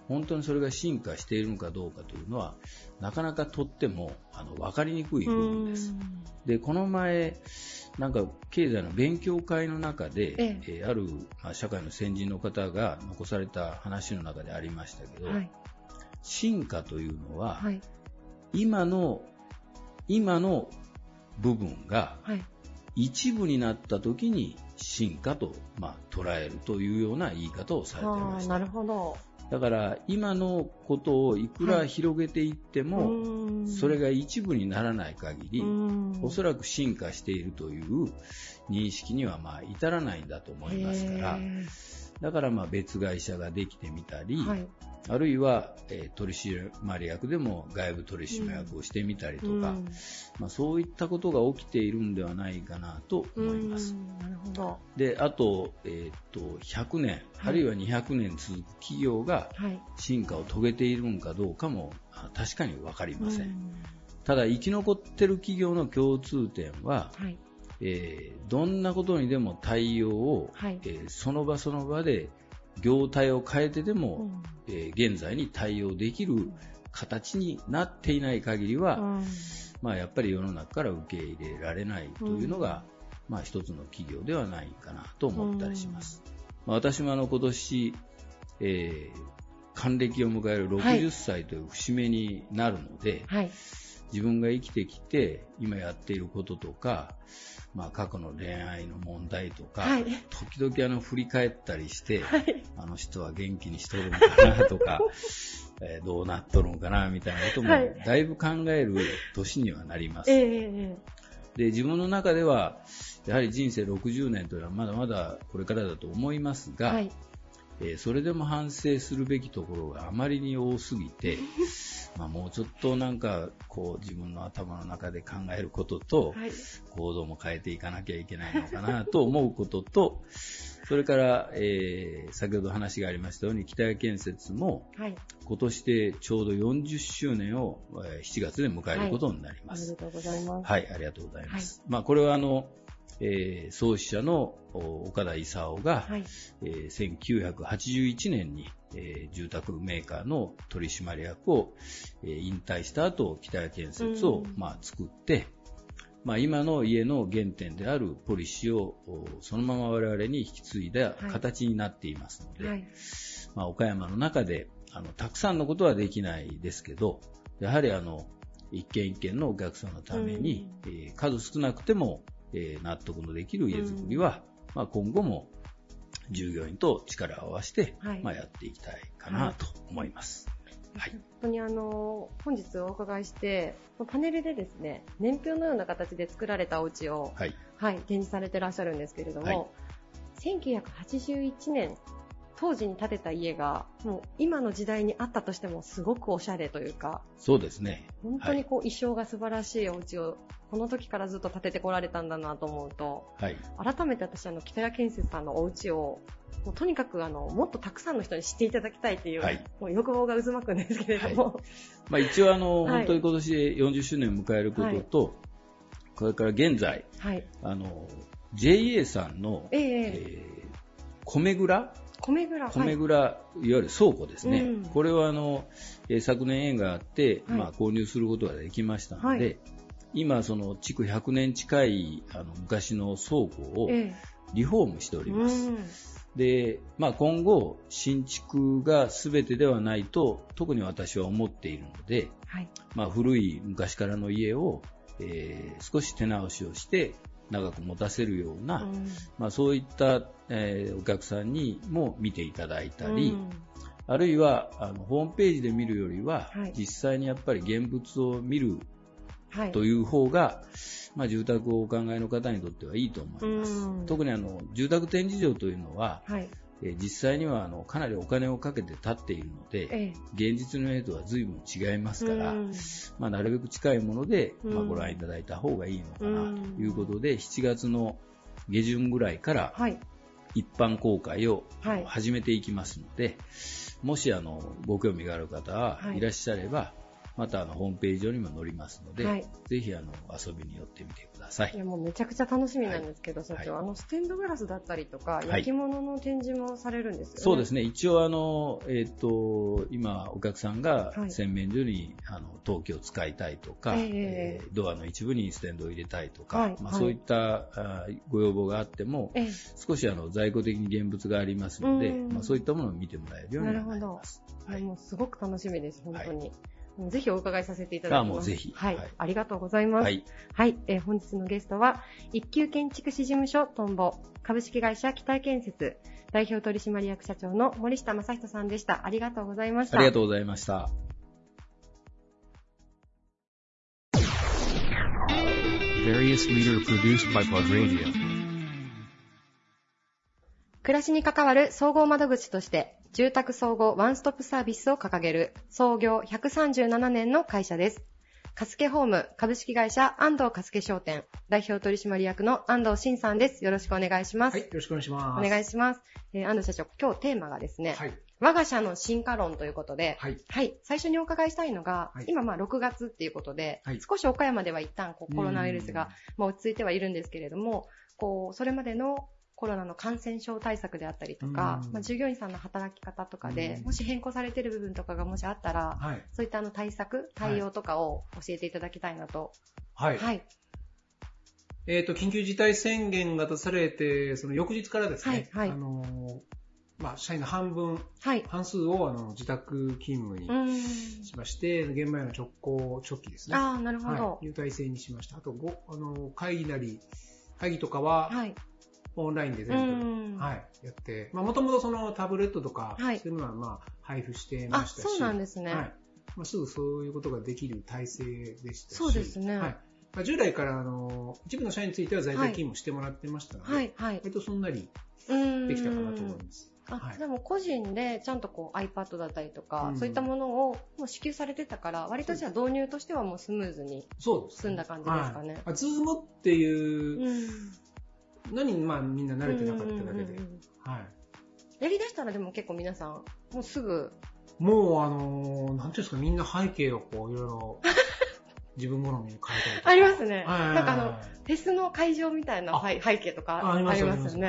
F: 本当にそれが進化しているのかどうかというのはなかなかとってもあの分かりにくい部分です。でこの前なんか経済の勉強会の中で、えええー、ある、まあ、社会の先人の方が残された話の中でありましたけど、はい、進化というのは、はい、今の今の部分が一部になった時に進化と、まあ、捉えるというような言い方をされていました。
B: なるほど。
F: だから今のことをいくら広げていっても、はい、それが一部にならない限りおそらく進化しているという認識にはまあ至らないんだと思いますから、だからまあ別会社ができてみたり、はい、あるいは、えー、取締役でも外部取締役をしてみたりとか、うんまあ、そういったことが起きているんではないかなと思います。
B: なるほど。
F: であと、えー、とひゃくねん、はい、あるいはにひゃくねん続く企業が進化を遂げているのかどうかも確かに分かりません。ただ生き残っている企業の共通点は、はいえー、どんなことにでも対応を、はいえー、その場その場で業態を変えてでも、うんえー、現在に対応できる形になっていない限りは、うんまあ、やっぱり世の中から受け入れられないというのが、うんまあ、一つの企業ではないかなと思ったりします。うんまあ、私もあの今年、えー、還暦を迎えるろくじゅっさいという節目になるので、はい、自分が生きてきて今やっていることとかまあ、過去の恋愛の問題とか、はい、時々あの振り返ったりして、はい、あの人は元気にしとるのかなとか、えー、どうなっとるのかなみたいなこともだいぶ考える年にはなります。はい、で自分の中ではやはり人生ろくじゅうねんというのはまだまだこれからだと思いますが、はいえー、それでも反省するべきところがあまりに多すぎてまあもうちょっとなんかこう自分の頭の中で考えることと、はい、行動も変えていかなきゃいけないのかなと思うこととそれから、えー、先ほど話がありましたように北谷建設も、はい、今年でちょうどよんじゅっしゅうねんを、えー、しちがつで迎えることになります。
B: はい、ありがとうございます。
F: はい、ありがとうございます。はい、まあこれはあのえー、創始者の岡田勲が、はいえー、せんきゅうひゃくはちじゅういちねんに、えー、住宅メーカーの取締役を、えー、引退した後北谷建設を、まあ、作って、まあ、今の家の原点であるポリシーをそのまま我々に引き継いだ形になっていますので、はいまあ、岡山の中であのたくさんのことはできないですけどやはりあの一軒一軒のお客さんのために、えー、数少なくてもえー、納得のできる家づくりは、うんまあ、今後も従業員と力を合わせて、はいまあ、やっていきたいかなと思います。
B: はい、本当にあの本日お伺いしてパネルでですね年表のような形で作られたお家を、はいはい、展示されていらっしゃるんですけれども、はい、せんきゅうひゃくはちじゅういちねん当時に建てた家がもう今の時代にあったとしてもすごくおしゃれというか
F: そうですね
B: 本当にこう、はい、意匠が素晴らしいお家をこの時からずっと建ててこられたんだなと思うと、はい、改めて私あの北谷建設さんのお家をもうとにかくあのもっとたくさんの人に知っていただきたいという、はい、もう欲望が渦巻くんですけれども、はい
F: まあ、一応あの、はい、本当に今年でよんじゅっしゅうねんを迎えることと、はい、これから現在、はい、あの ジェイエー さんの、えーえー、米蔵
B: 米蔵、
F: 米蔵、はい、いわゆる倉庫ですね、うん、これはあの、えー、昨年縁があって、はいまあ、購入することができましたので、はい、今その築ひゃくねん近いあの昔の倉庫をリフォームしております、えーうんでまあ、今後新築が全てではないと特に私は思っているので、はいまあ、古い昔からの家を、えー、少し手直しをして長く持たせるような、うんまあ、そういった、えー、お客さんにも見ていただいたり、うん、あるいはあのホームページで見るよりは、はい、実際にやっぱり現物を見るという方が、まあ、住宅をお考えの方にとってはいいと思います。うん、特にあの住宅展示場というのは、はいえー、実際にはあのかなりお金をかけて建っているので、ええ、現実の家とは随分違いますから、うんまあ、なるべく近いもので、まあ、ご覧いただいた方がいいのかなということで、うん、しちがつの下旬ぐらいから一般公開を始めていきますので、はい、もしあのご興味がある方はいらっしゃれば、はいまたあのホームページ上にも載りますので、はい、ぜひあの遊びに寄ってみてください。
B: いやもうめちゃくちゃ楽しみなんですけど、はい、社長、はい、あのステンドグラスだったりとか、焼き物の展示もされるんですよね。
F: そうですね。一応あの、えっと、今お客さんが洗面所に、はい、あの陶器を使いたいとか、えーえー、ドアの一部にステンドを入れたいとか、はいまあ、そういったあご要望があっても、えー、少しあの在庫的に現物がありますので、まあ、そういったものを見てもらえるようになります。
B: はい、もうすごく楽しみです、本当に。はい、ぜひお伺いさせていただきます。
F: あ、もうぜひ。
B: はい。はい、ありがとうございます。はい。はい、えー、本日のゲストは、一級建築士事務所トンボ、株式会社北建設、代表取締役社長の森下正人さんでした。ありがとうございました。
F: ありがとうございました。
B: 暮らしに関わる総合窓口として、住宅総合ワンストップサービスを掲げる創業ひゃくさんじゅうななねんの会社です。カスケホーム株式会社安藤カスケ商店代表取締役の安藤真さんです。よろしくお願いします。
G: はい、よろしくお願いします。
B: お願いします。えー、安藤社長、今日テーマがですね、はい、我が社の進化論ということで、はい、はい、最初にお伺いしたいのが、はい、今まあろくがつっていうことで、はい、少し岡山では一旦こうコロナウイルスがまあ落ち着いてはいるんですけれども、こうそれまでのコロナの感染症対策であったりとか、まあ、従業員さんの働き方とかで、もし変更されている部分とかがもしあったら、はい、そういったあの対策、対応とかを教えていただきたいなと。
G: はい。はい。えっと、緊急事態宣言が出されて、その翌日からですね、はいはい、あのー、まあ、社員の半分、はい、半数をあの自宅勤務にしまして、現場への直行直帰ですね。
B: ああ、なるほど。
G: はい、いう体制にしました。あと、ご、あの、会議なり、会議とかは、はい、オンラインで全部、はい、やって、まあ、もともとそのタブレットとか、はい、そういうのはまあ、配布してましたし。
B: あ、そうなんですね。はい。
G: まあ、すぐそういうことができる体制でしたし。
B: そうですね。はい。
G: まあ、従来から、あの、一部の社員については在宅勤務してもらってましたので、はい、はい。割とそんなにできたかなと思います。
B: あ、はい、でも個人でちゃんとこう iPad だったりとか、うん、そういったものをもう支給されてたから、割とじゃあ導入としてはもうスムーズに済んだ感じですかね。
G: はい、ズームっていう、うん何まあみんな慣れてなかっただけで、はい。
B: やりだしたらでも結構皆さんもうすぐ
G: もうあのー、なんていうんですかみんな背景をこういろいろ自分好みに変えたりとか
B: ありますね。なんかあのフェスの会場みたいな背景とかありますよね。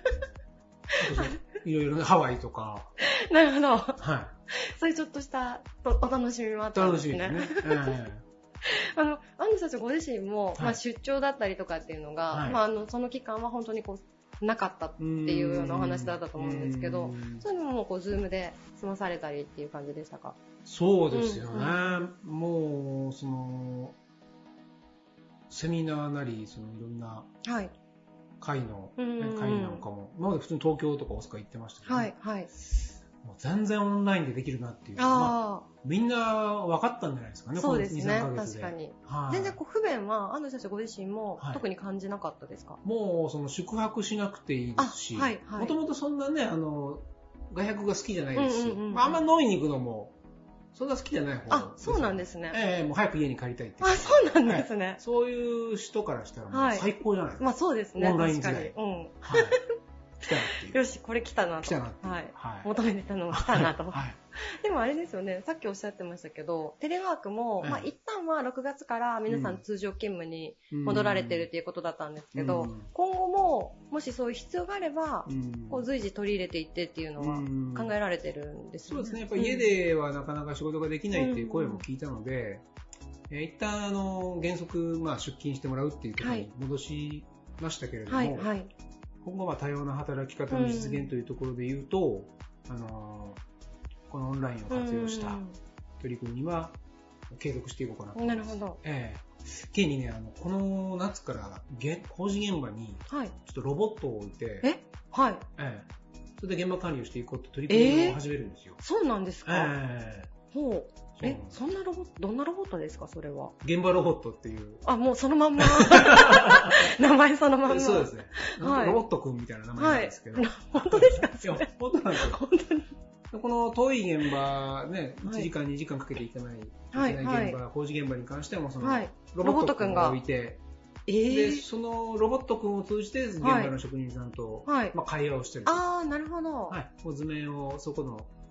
G: いろいろハワイとか。
B: なるほど。はい。そういうちょっとしたお楽しみもあったんですね。楽しみですね。あの、安藤社長ご自身も、はい、まあ、出張だったりとかっていうのが、はい、まあ、あの、その期間は本当にこう、なかったっていうようなお話だったと思うんですけど、そういうのもこう、ズームで済まされたりっていう感じでしたか？
G: そうですよね。うんうん、もう、その、セミナーなり、そのいろんな、会の、はい、会なんかも、今まで普通に東京とか大阪行ってましたけど、ね、はい、はい。もう全然オンラインでできるなっていう。まあ、みんな分かったんじゃないですかね。
B: そうですね。確かに。はい、全然こう不便は安藤社長ご自身も特に感じなかったですか？はい、
G: もうその宿泊しなくていいですし、もともとそんなねあの外泊が好きじゃないですし、うんうんうんうん、あんま飲みに行くのもそんな好きじゃない方。
B: あ、そうなんですね。
G: ええー、もう早く家に帰りたいって。
B: あ、そうなんですね。はい、
G: そういう人からしたらもう最高じゃないですか。はい、
B: まあそうですね。
G: オンライン時代。
B: 確かに。うん。
G: はい。来たなっていう。
B: よし、これ来たなと。
G: 来たなっていう。
B: はい。はい、求めてたのが来たなと。はい。でもあれですよね、さっきおっしゃってましたけど、テレワークも、はい、まあ一旦はろくがつから皆さん通常勤務に戻られてるっていうことだったんですけど、うん、今後ももしそういう必要があれば、うん、こう随時取り入れていってっていうのは考えられてるんですよね。
G: そうですね、やっぱり家ではなかなか仕事ができないっていう声も聞いたので、うん、えー、一旦あの原則、まあ、出勤してもらうっていうところに戻しましたけれども、はいはいはい、今後は多様な働き方の実現というところで言うと、うん、あのーこのオンラインを活用した取り組みは継続していこうかなと思います。
B: なるほど。
G: ええー。現にね、あの、この夏から工事現場に、ちょっとロボットを置いて、
B: えはい。
G: ええー。それで現場管理をしていこうって取り組みを始めるんですよ。
B: えー、そうなんですか？
G: え
B: えー。ほう。え、そんなロボット、どんなロボットですか、それは。
G: 現場ロボットっていう。
B: あ、もうそのまんま。名前そのまんま。
G: そうですね。はい、ロボットくんみたいな名前なんですけど。はい、
B: 本当ですか？い
G: や、本当なんですよ。
B: 本当に。
G: この遠い現場ね、いちじかん、にじかんかけていかない、いけない現場、はいはい、工事現場に関しても、その、ロボットくんが置いて、えー、で、そのロボットくんを通じて、現場の職人さんと、はい、まあ、会話をしてる。
B: ああ、なるほど。
G: はい。図面を、そこの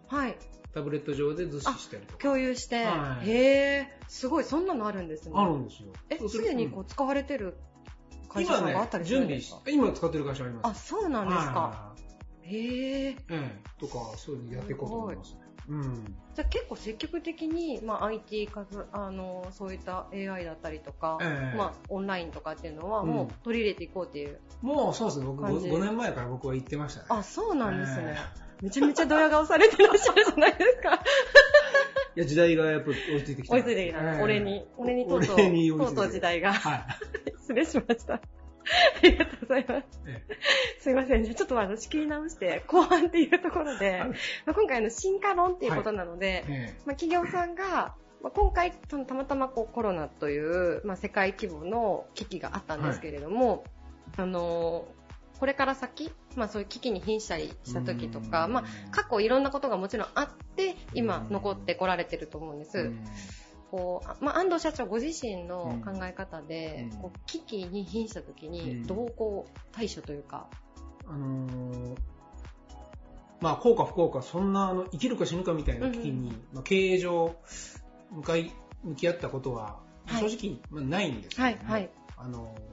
B: はい、
G: タブレット上で図示したりとか。
B: 共有して。はい、へー、すごい、そんなのあるんですね。
G: あるんですよ。
B: え、すでにこう使われてる会社さんがあったりするんですか？
G: 今ね、準備し、今使ってる会社あります。
B: あ、そうなんですか。へー。
G: ええ、とか、そういうのやっていこうと思いますね。うん、
B: じゃあ結構積極的に、まあ、アイティー かずあのそういった エーアイ だったりとか、えーまあ、オンラインとかっていうのはもう取り入れていこうっていう、
G: うん、もうそうですね、僕ごねんまえから僕は言ってましたね。
B: あ、そうなんですね、えー、めちゃめちゃドヤ顔されてらっしゃるじゃないですか。
G: いや、時代がやっぱり追いついてきた。
B: 追いついてきた、えー、俺に俺にとうとうとうとう時代が、はい、失礼しました。ありがとうございます。ええ、すいません。じゃあちょっと私切り直して、後半っていうところで、まあ、今回の進化論っていうことなので、はい、ええ、まあ、企業さんが、まあ、今回そのたまたまこうコロナという、まあ、世界規模の危機があったんですけれども、はい、あのー、これから先、まあ、そういう危機に瀕したりした時とか、まあ、過去いろんなことがもちろんあって、今残ってこられてると思うんです。こうまあ、安藤社長ご自身の考え方で、うん、こう危機に瀕した時にどうこう対処というか、
G: うん、あのー、まあ幸か不幸かそんなあの生きるか死ぬかみたいな危機に、うん、まあ、経営上向かい向き合ったことは正直、はい、まあ、ないんですけどね、はいはい、あのー、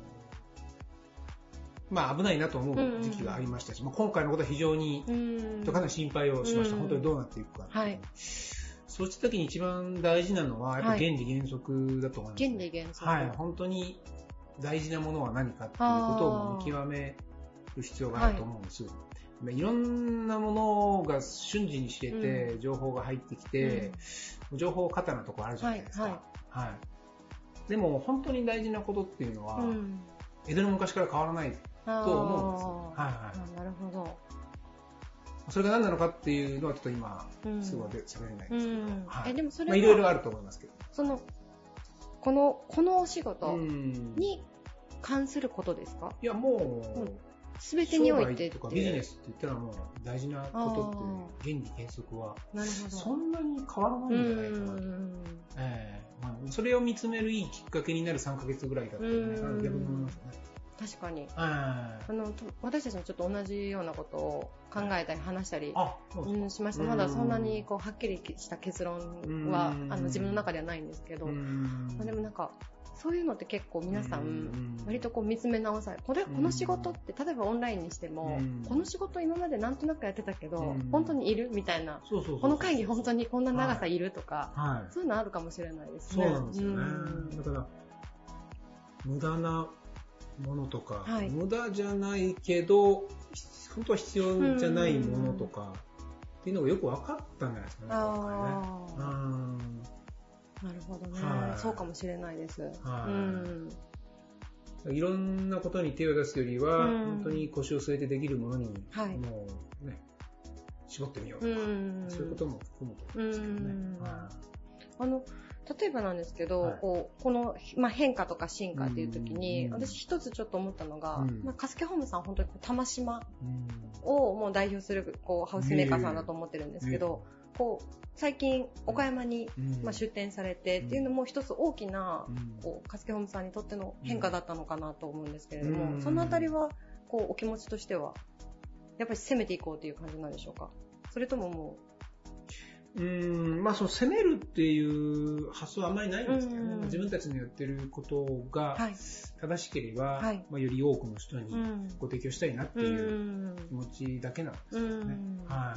G: まあ危ないなと思う時期がありましたし、うんうん、まあ、今回のことは非常に、うん、かなり心配をしました、うん、本当にどうなっていくかって、はい、そうした時に一番大事なのは、やっぱ原理原則だと思います、ね。
B: 原理原則。
G: はい。本当に大事なものは何かっていうことを見極める必要があると思うんです。はい、いろんなものが瞬時に知れて、情報が入ってきて、うん、情報過多なところあるじゃないですか。はい。はい、でも本当に大事なことっていうのは、うん、江戸の昔から変わらないと思うんです。はいはい。
B: なるほど。
G: それが何なのかっていうのはちょっと今、うん、すぐは喋れないんですけど、うん、はい、
B: えでもそれ
G: はいろいろあると思いますけど、
B: そのこのこのお仕事に関することですか？
G: いやもう
B: すべ、うん、てにおいて
G: とかビジネスって言ったらもう大事なことって原理原則はそんなに変わらないんじゃないかなと、えーまあ、それを見つめるいいきっかけになるさんかげつぐらいだったんじゃないかなと逆に思いますね。
B: 確かに、あの私たちもちょっと同じようなことを考えたり話したり、うん、しました。まだそんなにこうはっきりした結論はあの自分の中ではないんですけど、まあ、でもなんかそういうのって結構皆さん割とこう見つめ直されこれこの仕事って例えばオンラインにしてもこの仕事今までなんとなくやってたけど本当にいるみたいな、この会議本当にこんな長さいるとか、はい、そういうのあるかもしれないですね。
G: そうなんですよね、うん、だから無駄なものとか、はい、無駄じゃないけど本当は必要じゃないものとかっていうのがよく分かったんじゃないですかね。あ
B: あ、なるほどね、はい、そうかもしれないです、はい、
G: うん、いろんなことに手を出すよりは、うん、本当に腰を据えてできるものに、はい、もうね絞ってみようとか、うん、そういうことも含むと思うんですけどね、うん、はい、
B: あの例えばなんですけど、はい、こうこの、まあ、変化とか進化っていう時に、うん、私一つちょっと思ったのが、うん、まあ、カスケホームさん本当に玉島をもう代表するこうハウスメーカーさんだと思ってるんですけど、うん、こう最近岡山に、うん、まあ、出店されてっていうのも一つ大きな、うん、こうカスケホームさんにとっての変化だったのかなと思うんですけれども、うん、そのあたりはこうお気持ちとしてはやっぱり攻めていこうという感じなんでしょうか？それとももう
G: うーん、まあその攻めるっていう発想はあんまりないんですけどね、自分たちのやってることが正しければ、はい、まあ、より多くの人にご提供したいなっていう気持ちだけなんですけどね。はい、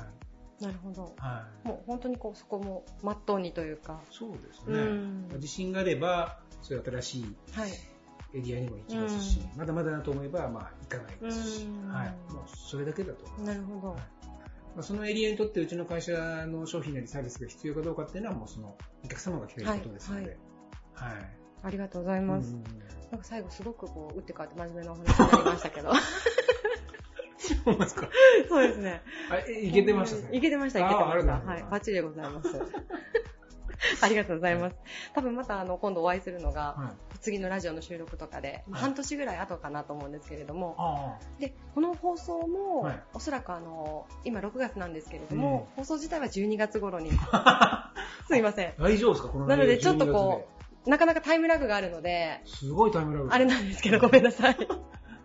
B: なるほど、はい、もう本当にこうそこも真っ当にというか。
G: そうですね、自信があればそういう新しいエリアにも行きますし、まだまだなと思えばまあ行かないですし、はい、もうそれだけだと思います。
B: なるほど、はい、
G: そのエリアにとってうちの会社の商品なりサービスが必要かどうかっていうのはもうそのお客様が決めることですので、はいはいはい、
B: ありがとうございます。なんか最後すごくこう打って変わって真面目なお話になりましたけど
G: そうですか。
B: そうですね。
G: あ、いけてましたね。
B: いけてました、いけてました。はい、バッチリでございます。ありがとうございます。多分またあの今度お会いするのが、はい、次のラジオの収録とかで、はい、半年ぐらい後かなと思うんですけれども、はい、でこの放送も、はい、おそらくあの今ろくがつなんですけれども、うん、放送自体はじゅうにがつ頃にすいません。
G: 大丈夫ですかこの
B: なのでちょっとこうなかなかタイムラグがあるので、
G: すごいタイムラグ
B: あれなんですけどごめんなさい。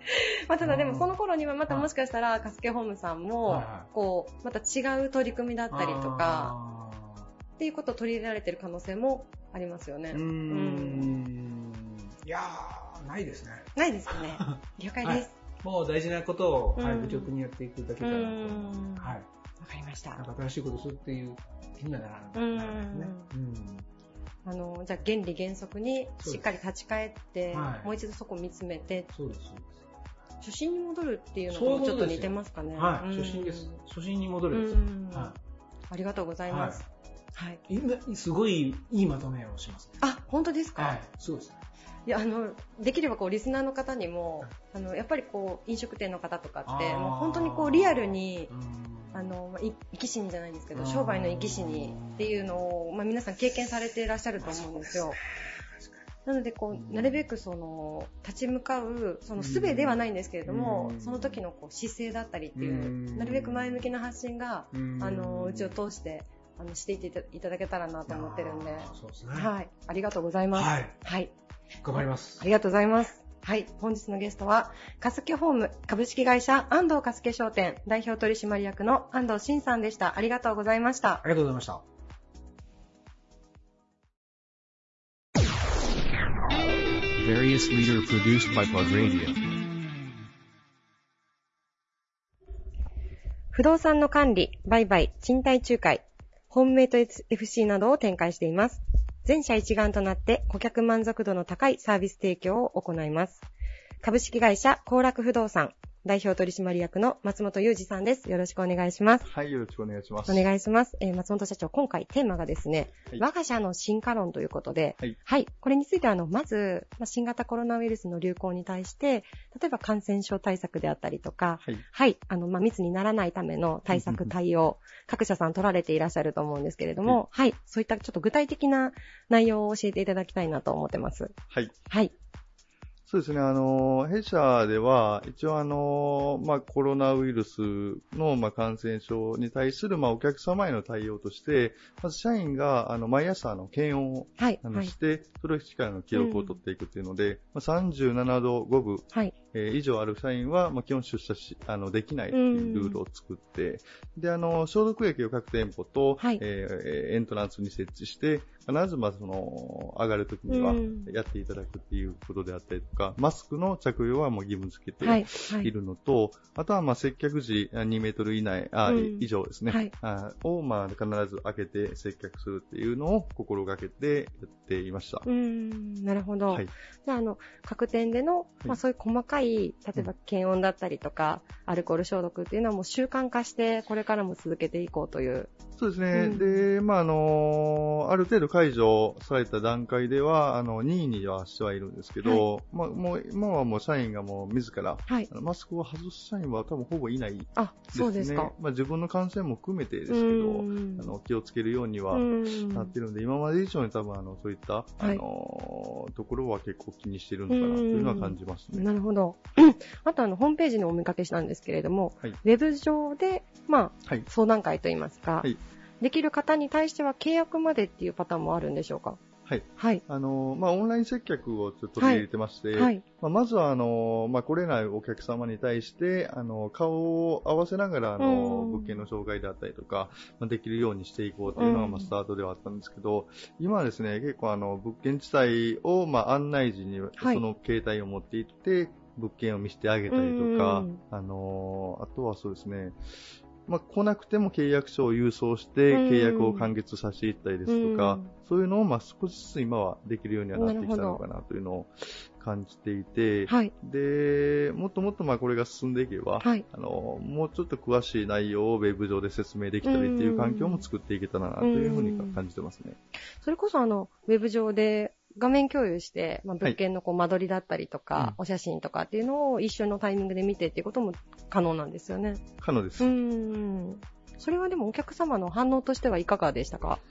B: まあ、ただでもその頃にはまたもしかしたらカスケホームさんもこうまた違う取り組みだったりとかっていうことを取り入れられてる可能性もありますよね。うーん、う
G: ん、いやーないですね。
B: ないですかね。了解です。
G: はい、もう大事なことを、はい、愚直にやっていくだけかなと。はい。
B: わかりました。
G: なんか新しいことするっていう気にはならないですね。うん。
B: あのじゃあ原理原則にしっかり立ち返って、はい、もう一度そこを見つめて。
G: そうです。そうです。
B: 初心に戻るっていうのともちょっと似てますかね。
G: はい、初心です。初心に戻るです。はい。
B: ありがとうございます。
G: はい。今すごいいいまとめをします、ね。
B: あ、本当ですか。
G: はい。そうですね。
B: いやあのできればこうリスナーの方にも、あのやっぱりこう飲食店の方とかってもう本当にこうリアルにあの生き死にじゃないですけど商売の生き死にっていうのを、まあ、皆さん経験されていらっしゃると思うんですよ。なのでこうなるべくその立ち向かうその術ではないんですけれども、その時のこう姿勢だったりっていうなるべく前向きな発信があのうちを通してあのしていっていただけたらなと思ってるんで、
G: そうですね。
B: はい、ありがとうございます。
G: はい。
B: はい、
G: 頑張ります。
B: ありがとうございます。はい、本日のゲストはカスケホーム株式会社安藤カスケ商店代表取締役の安藤真さんでした。ありがとうございました。
G: ありがとうございました。
C: Various leader produced by Plug Radio。
B: 不動産の管理、売買、賃貸仲介、ホームメイト エフシー などを展開しています。全社一丸となって顧客満足度の高いサービス提供を行います。株式会社幸楽不動産代表取締役の松本裕二さんです。よろしくお願いします。
H: はい、よろしくお願いします。
B: お願いします。えー、松本社長、今回テーマがですね、はい、我が社の進化論ということで、はい、はい、これについてはあのまず、まあ、新型コロナウイルスの流行に対して、例えば感染症対策であったりとか、はい、はい、あのまあ密にならないための対策対応、各社さん取られていらっしゃると思うんですけれども、はい、はい、そういったちょっと具体的な内容を教えていただきたいなと思ってます。
H: はい。
B: はい。
H: そうですね、あの、弊社では、一応あの、まあ、コロナウイルスの、まあ、感染症に対する、まあ、お客様への対応として、まず社員が、あの、毎朝、あの、検温を、はい、あのして、はい、それをしっかりの記録を取っていくというので、うん、まあ、さんじゅうななどごぶ、はい、えー、以上ある社員は、まあ、基本出社し、あの、できないというルールを作って、うん、で、あの、消毒液を各店舗と、はい、えー、エントランスに設置して、必ずまずその、上がるときにはやっていただくっていうことであったりとか、マスクの着用はもう義務付けているのと、はいはい、あとはまあ接客時にメートル以内、あ、うん、以上ですね、はい、あをまあ必ず開けて接客するっていうのを心がけてやっていました。
B: うーん、なるほど。はい、じゃあ、あの、各店での、まあそういう細かい、例えば検温だったりとか、うん、アルコール消毒っていうのはもう習慣化して、これからも続けていこうという。
H: そうですね。うん、で、まああの、ある程度解除された段階では、あの、任意にはしてはいるんですけど、はい、まあもう、今はもう社員がもう自ら、はい、あのマスクを外す社員は多分ほぼいないですね。
B: あ、そうですか。
H: まあ自分の感染も含めてですけど、あの気をつけるようにはなっているので、今まで以上に多分あのそういった、あの、はい、ところは結構気にしているのかなというのは感じますね。
B: なるほど。あとあの、ホームページにお見かけしたんですけれども、はい、ウェブ上で、まあ、はい、相談会といいますか、はい、できる方に対しては契約までっていうパターンもあるんでしょうか？
H: はい。はい。あの、まあ、オンライン接客をちょっと取り入れてまして、はいはい、まあ、まずは、あの、まあ、来れないお客様に対して、あの、顔を合わせながら、あの、物件の紹介であったりとか、まあ、できるようにしていこうというのが、まあ、スタートではあったんですけど、今はですね、結構、あの、物件地帯を、まあ、案内時に、その携帯を持っていって、物件を見せてあげたりとか、あの、あとはそうですね、まあ、来なくても契約書を郵送して契約を完結させていったりですとか、そういうのをまあ少しずつ今はできるようにはなってきたのかなというのを感じていて、はい、で、もっともっとまあこれが進んでいけば、はい、あの、もうちょっと詳しい内容をウェブ上で説明できたりっていう環境も作っていけたらなというふうに感じてますね。
B: それこそあの、ウェブ上で画面共有して、まあ、物件のこう間取りだったりとか、はい、お写真とかっていうのを一緒のタイミングで見てっていうことも可能なんですよね。
H: 可能です。
B: うーん。それはでもお客様の反応としてはいかがでしたか？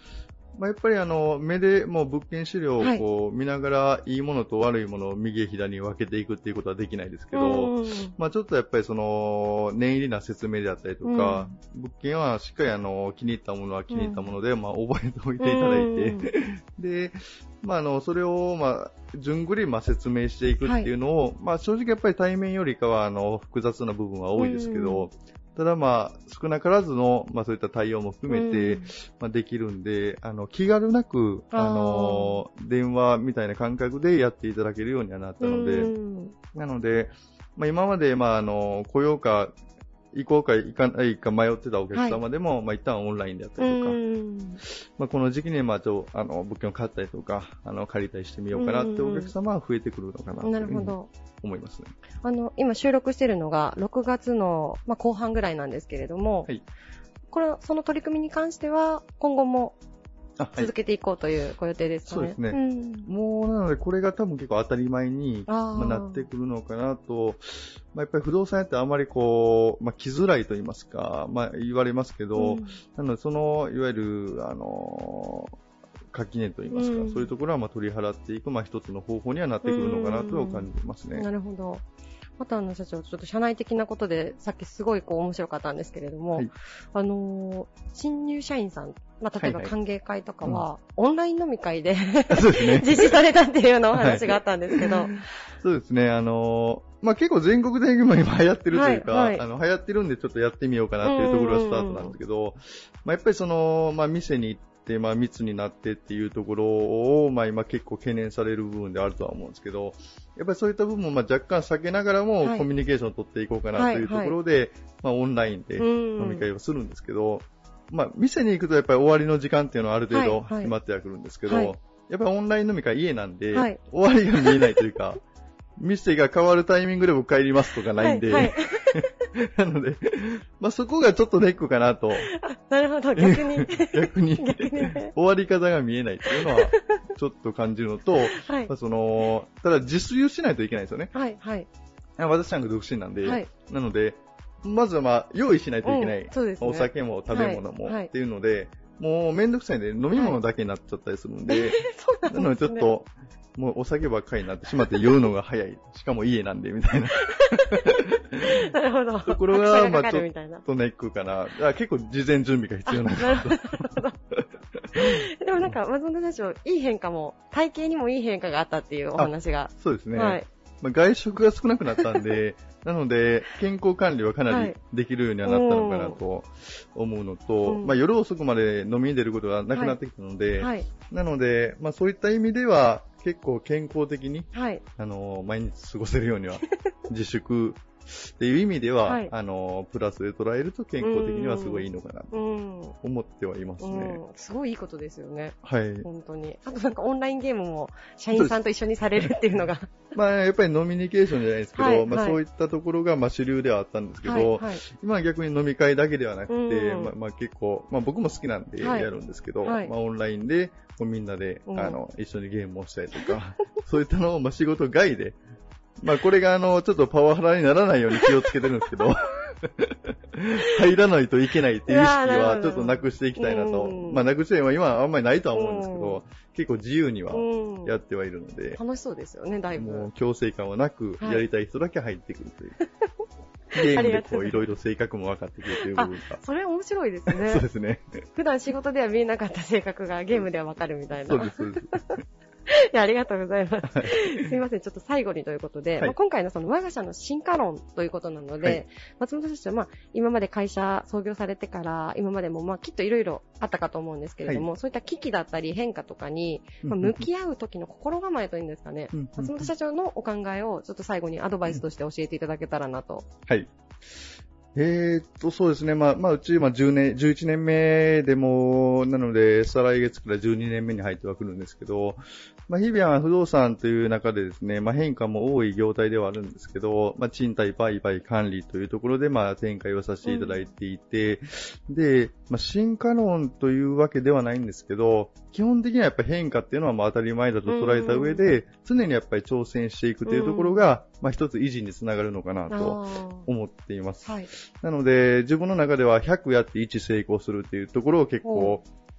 H: まあ、やっぱりあの、目でもう物件資料をこう見ながら、いいものと悪いものを右へ左に分けていくっていうことはできないですけど、まあ、ちょっとやっぱりその、念入りな説明であったりとか、物件はしっかりあの、気に入ったものは気に入ったもので、まあ、覚えておいていただいて、で、まあ、あの、それを、まあ、順繰り、まあ、説明していくっていうのを、まあ、正直やっぱり対面よりかは、あの、複雑な部分は多いですけど、ただまあ、少なからずの、まあそういった対応も含めて、まあできるんで、あの、気軽なく、あの、電話みたいな感覚でやっていただけるようにはなったので、なので、まあ今まで、まああの、来ようか、行こうか行かないか迷ってたお客様でも、はい、まあ一旦オンラインであったりとか、まあこの時期にまあちょあの物件を買ったりとか、あの借りたりしてみようかなってお客様は増えてくるのかなというふうに思いますね。
B: あの今収録しているのがろくがつのまあ後半ぐらいなんですけれども、はい、これその取り組みに関しては今後も続けていこうというご予定ですかね。
H: そうですね。うん、もうなのでこれが多分結構当たり前にまあなってくるのかなと、まあ、やっぱり不動産屋ってあまりこう、まあ、来づらいと言いますか、まあ、言われますけど、うん、なのでそのいわゆるあの垣根と言いますか、うん、そういうところはまあ取り払っていくまあ一つの方法にはなってくるのかなと感じますね。
B: なるほど。またあの社長、ちょっと社内的なことでさっきすごいこう面白かったんですけれども、はい、あのー、新入社員さん、まあ、例えば歓迎会とかは、はいはい、オンライン飲み会で、ね、実施されたっていうようなお話があったんですけど、はい、
H: そうですね、あのー、まあ、結構全国的にも今流行ってるというか、はいはい、あの流行ってるんでちょっとやってみようかなっていうところがスタートなんですけど、まあ、やっぱりその、まあ、店に行ってでまあ、密になってっていうところを、まあ、今結構懸念される部分であるとは思うんですけど、やっぱりそういった部分もまあ若干避けながらもコミュニケーションを取っていこうかなというところで、はいはいはい、まあ、オンラインで飲み会をするんですけど、まあ、店に行くとやっぱり終わりの時間っていうのはある程度決まってはくるんですけど、はいはい、やっぱりオンライン飲み会家なんで、はい、終わりが見えないというか、店が変わるタイミングで僕帰りますとかないんで、はいはいなので、まあ、そこがちょっとネックかなと。
B: なるほど、逆に。
H: 逆に、逆に終わり方が見えないっていうのは、ちょっと感じるのと、はい、まあ、その、ただ自炊をしないといけないですよね。はい、はい。私なんか独身なんで、はい、なので、まずはまあ、用意しないといけない。うん、そうですね。お酒も食べ物も、はい、っていうので、もうめんどくさいんで飲み物だけになっちゃったりするんで、はい、そうなんですね。なのでちょっと、もうお酒ばっかりになってしまって酔うのが早い。しかも家なんで、みたいな。
B: なるほど。
H: ところが、まあちょっとネックかな。あ結構事前準備が必要なんだと。
B: でもなんか、松本社長、いい変化も、体型にもいい変化があったっていうお話が。
H: そうですね。はい。まあ、外食が少なくなったんで、なので、健康管理はかなりできるようにはなったのかなと思うのと、はい、まあ、夜遅くまで飲みに出ることがなくなってきたので、はいはい、なので、まあ、そういった意味では、結構健康的に、はい、あの、毎日過ごせるようには、自粛っていう意味では、はい、あの、プラスで捉えると健康的にはすごいいいのかなと思ってはいますね。
B: すごいいいことですよね。
H: はい。
B: 本当に。あとなんかオンラインゲームも社員さんと一緒にされるっていうのが。
H: まあ、やっぱりノミニケーションじゃないですけど、はい、まあ、そういったところがまあ主流ではあったんですけど、はいはい、今は逆に飲み会だけではなくて、まあ、まあ結構、まあ僕も好きなんでやるんですけど、はいはい、まあオンラインでみんなで、あの、一緒にゲームをしたりとか、そういったのをまあ仕事外で、まあこれがあの、ちょっとパワハラにならないように気をつけてるんですけど、入らないといけないっていう意識はちょっとなくしていきたいなと。まあなくしては今はあんまりないとは思うんですけど、結構自由にはやってはいるので。
B: 楽しそうですよね、だいぶ。
H: もう強制感はなく、やりたい人だけ入ってくるという。ゲームでこういろいろ性格も分かってくるという部分が。
B: それ面白いですね。
H: そうですね。
B: 普段仕事では見えなかった性格がゲームでは分かるみたいな。
H: そうです、そうです。
B: いや、ありがとうございます。はい、すみません、ちょっと最後にということで、はい、まあ、今回のその我が社の進化論ということなので、はい、松本社長は、まあ、今まで会社創業されてから、今までもまあきっといろいろあったかと思うんですけれども、はい、そういった危機だったり変化とかに、まあ、向き合う時の心構えというんですかね、松本社長のお考えをちょっと最後にアドバイスとして教えていただけたらなと。
H: はい。えーっと、そうですね。まあ、まあ、うち、まあ、じゅうねん、じゅういちねんめでも、なので、再来月からじゅうにねんめに入ってはくるんですけど、まあ、日々は不動産という中でですね、まあ、変化も多い業態ではあるんですけど、まあ、賃貸、売買、管理というところで、まあ、展開をさせていただいていて、うん、で、まあ、進化論というわけではないんですけど、基本的にはやっぱり変化っていうのはまあ当たり前だと捉えた上で、うん、常にやっぱり挑戦していくというところが、うん、まあ、一つ維持につながるのかなと思っています。はい、なので、自分の中ではひゃくやっていち成功するっていうところを結構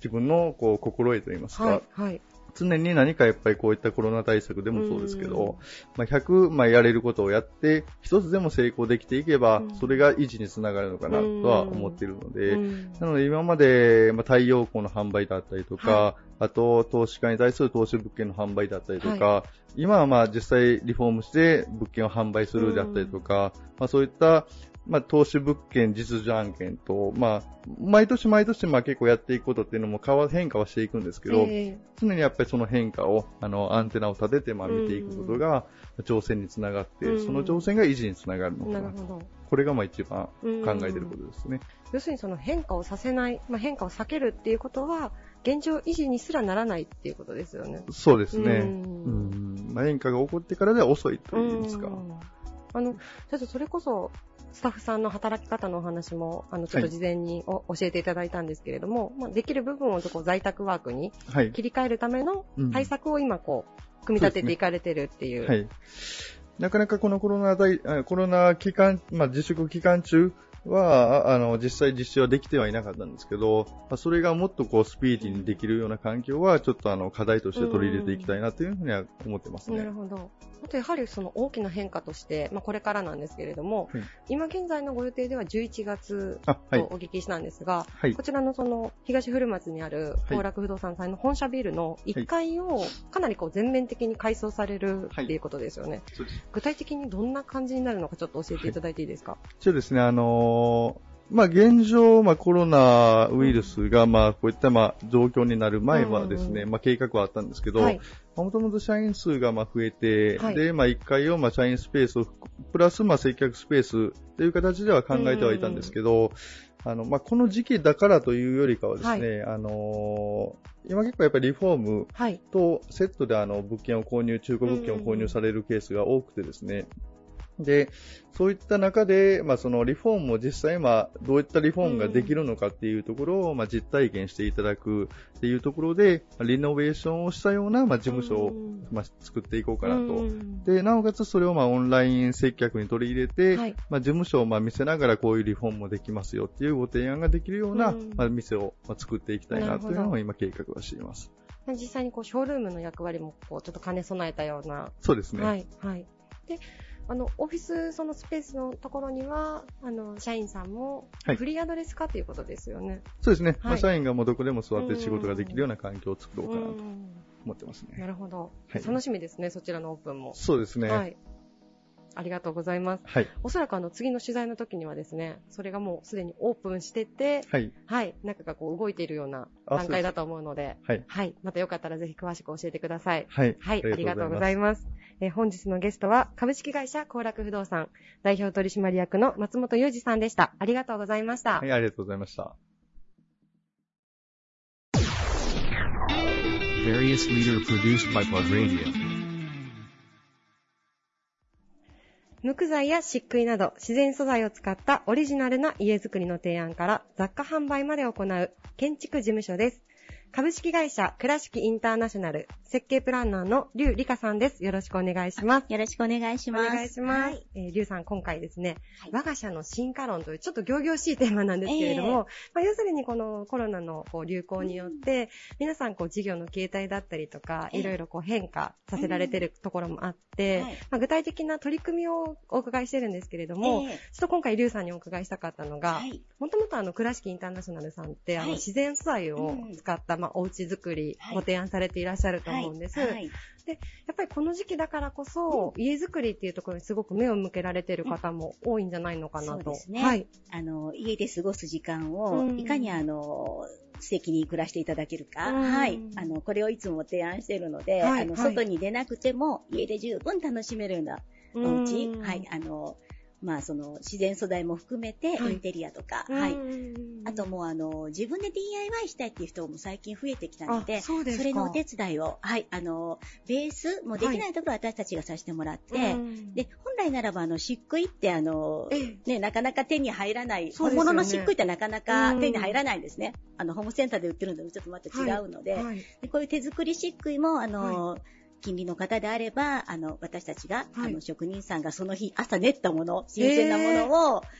H: 自分のこう心得といいますか、
B: はいはい、
H: 常に何かやっぱりこういったコロナ対策でもそうですけど、まあ、ひゃく、まあ、やれることをやって、一つでも成功できていけば、それが維持につながるのかなとは思っているので、なので今まで、まあ、太陽光の販売だったりとか、はい、あと投資家に対する投資物件の販売だったりとか、はい、今はまあ実際リフォームして物件を販売するであったりとか、まあ、そういったまあ、投資物件、実需案件と、まあ、毎年毎年、まあ、結構やっていくことっていうのも変わ、変化はしていくんですけど、えー、常にやっぱりその変化を、あの、アンテナを立てて、まあ、見ていくことが、挑戦につながって、その挑戦が維持につながるのかな。なるほど。これが、まあ、一番考えていることですね。
B: 要するに、その変化をさせない、まあ、変化を避けるっていうことは、現状維持にすらならないっていうことですよね。
H: そうですね。うん。まあ、変化が起こってからでは遅いといいますか。
B: あの、ちょっとそれこそ、スタッフさんの働き方のお話も、あの、ちょっと事前にお、はい、教えていただいたんですけれども、まあ、できる部分をこう在宅ワークに切り替えるための対策を今こう、組み立てていかれてるっていう。
H: はい。なかなかこのコロナ大、コロナ期間、まあ、自粛期間中は、あの、実際実施はできてはいなかったんですけど、それがもっとこう、スピーディーにできるような環境は、ちょっとあの、課題として取り入れていきたいなというふうには思ってますね。
B: なるほど。あとやはりその大きな変化として、まあ、これからなんですけれども、はい、今現在のご予定ではじゅういちがつとお聞きしたんですが、はい、こちらのその東古松にある後楽不動産さんの本社ビルのいっかいをかなりこう全面的に改装されるっていうことですよね。はい、具体的にどんな感じになるのかちょっと教えていただいていいですか。
H: そうですね、あのーまあ、現状、まあ、コロナウイルスが、まあ、こういった、まあ、状況になる前はですね、まあ、計画はあったんですけど、もともと社員数が、まあ、増えて、はい、で、まあ、いっかいを、まあ、社員スペースを、プラス、まあ、接客スペースという形では考えてはいたんですけど、あの、まあ、この時期だからというよりかはですね、はい、あのー、今結構やっぱりリフォームとセットであの、物件を購入、中古物件を購入されるケースが多くてですね、で、そういった中で、まあ、そのリフォームを実際、まあ、どういったリフォームができるのかっていうところを、まあ、実体験していただくっていうところで、リノベーションをしたような、まあ、事務所を、まあ、作っていこうかなと。で、なおかつそれを、まあ、オンライン接客に取り入れて、はい、まあ、事務所を、まあ、見せながらこういうリフォームもできますよっていうご提案ができるような、まあ、店を、まあ、作っていきたいなというのを今計画はしています。
B: 実際にこう、ショールームの役割も、こう、ちょっと兼ね備えたような。
H: そうですね。
B: はい。はい。で、あの、オフィス、そのスペースのところには、あの、社員さんも、フリーアドレス化ということですよね。はい、
H: そうですね。はい、まあ、社員がもうどこでも座って仕事ができるような環境を作ろうかなと思ってますね。
B: なるほど。はい、楽しみですね、そちらのオープンも。
H: そうですね。はい。
B: ありがとうございます。
H: はい。
B: おそらくあの、次の取材の時にはですね、それがもうすでにオープンしてて、はい。はい。中がこう動いているような段階だと思うので、はい。はい。またよかったらぜひ詳しく教えてください。はい。はい。ありがとうございます。えー、本日のゲストは、株式会社後楽不動産代表取締役の松本裕二さんでした。ありがとうございました。
H: はい、ありがとうございました。
C: Various Leader produced by Plug Radio。
B: 無垢材や漆喰など自然素材を使ったオリジナルな家づくりの提案から雑貨販売まで行う建築事務所です。株式会社倉敷インターナショナル設計プランナーの劉理香さんです。よろしくお願いします。
I: よろしくお願いします。
B: お願いします。はい、えー、劉さん、今回ですね、はい、我が社の進化論というちょっと仰々しいテーマなんですけれども、えーまあ、要するにこのコロナのこう流行によって、うん、皆さんこう事業の形態だったりとか、えー、いろいろこう変化させられているところもあって、うんはいまあ、具体的な取り組みをお伺いしてるんですけれども、えー、ちょっと今回劉さんにお伺いしたかったのが、もともとあの倉敷インターナショナルさんって、はい、あの自然素材を使った、まあ、お家作りご提案されていらっしゃると思うんです。はいはい、で、やっぱりこの時期だからこそ、うん、家づくりっていうところにすごく目を向けられている方も多いんじゃないのかなと。
I: そうですね。はい。あの、家で過ごす時間を、いかにあの、素敵に暮らしていただけるか、うん、はい。あの、これをいつも提案しているので、はい、あの、外に出なくても、家で十分楽しめるようなお家、うん、はい。あの、まあその自然素材も含めてインテリアとか、はい。はい、あともうあの自分で ディーアイワイ したいっていう人も最近増えてきたので、そ, でそれのお手伝いを、はい、あのベースもできないところは私たちがさせてもらって、はい、で本来ならばあの漆喰ってあのねなかなか手に入らない、ね、本物の漆喰ってなかなか手に入らないんですね。あのホームセンターで売ってるのとちょっとまた違うので、はいはい、でこういう手作り漆喰もあの。はい近隣の方であれば、あの、私たちが、はい、あの、職人さんがその日朝練ったもの、新鮮なものを、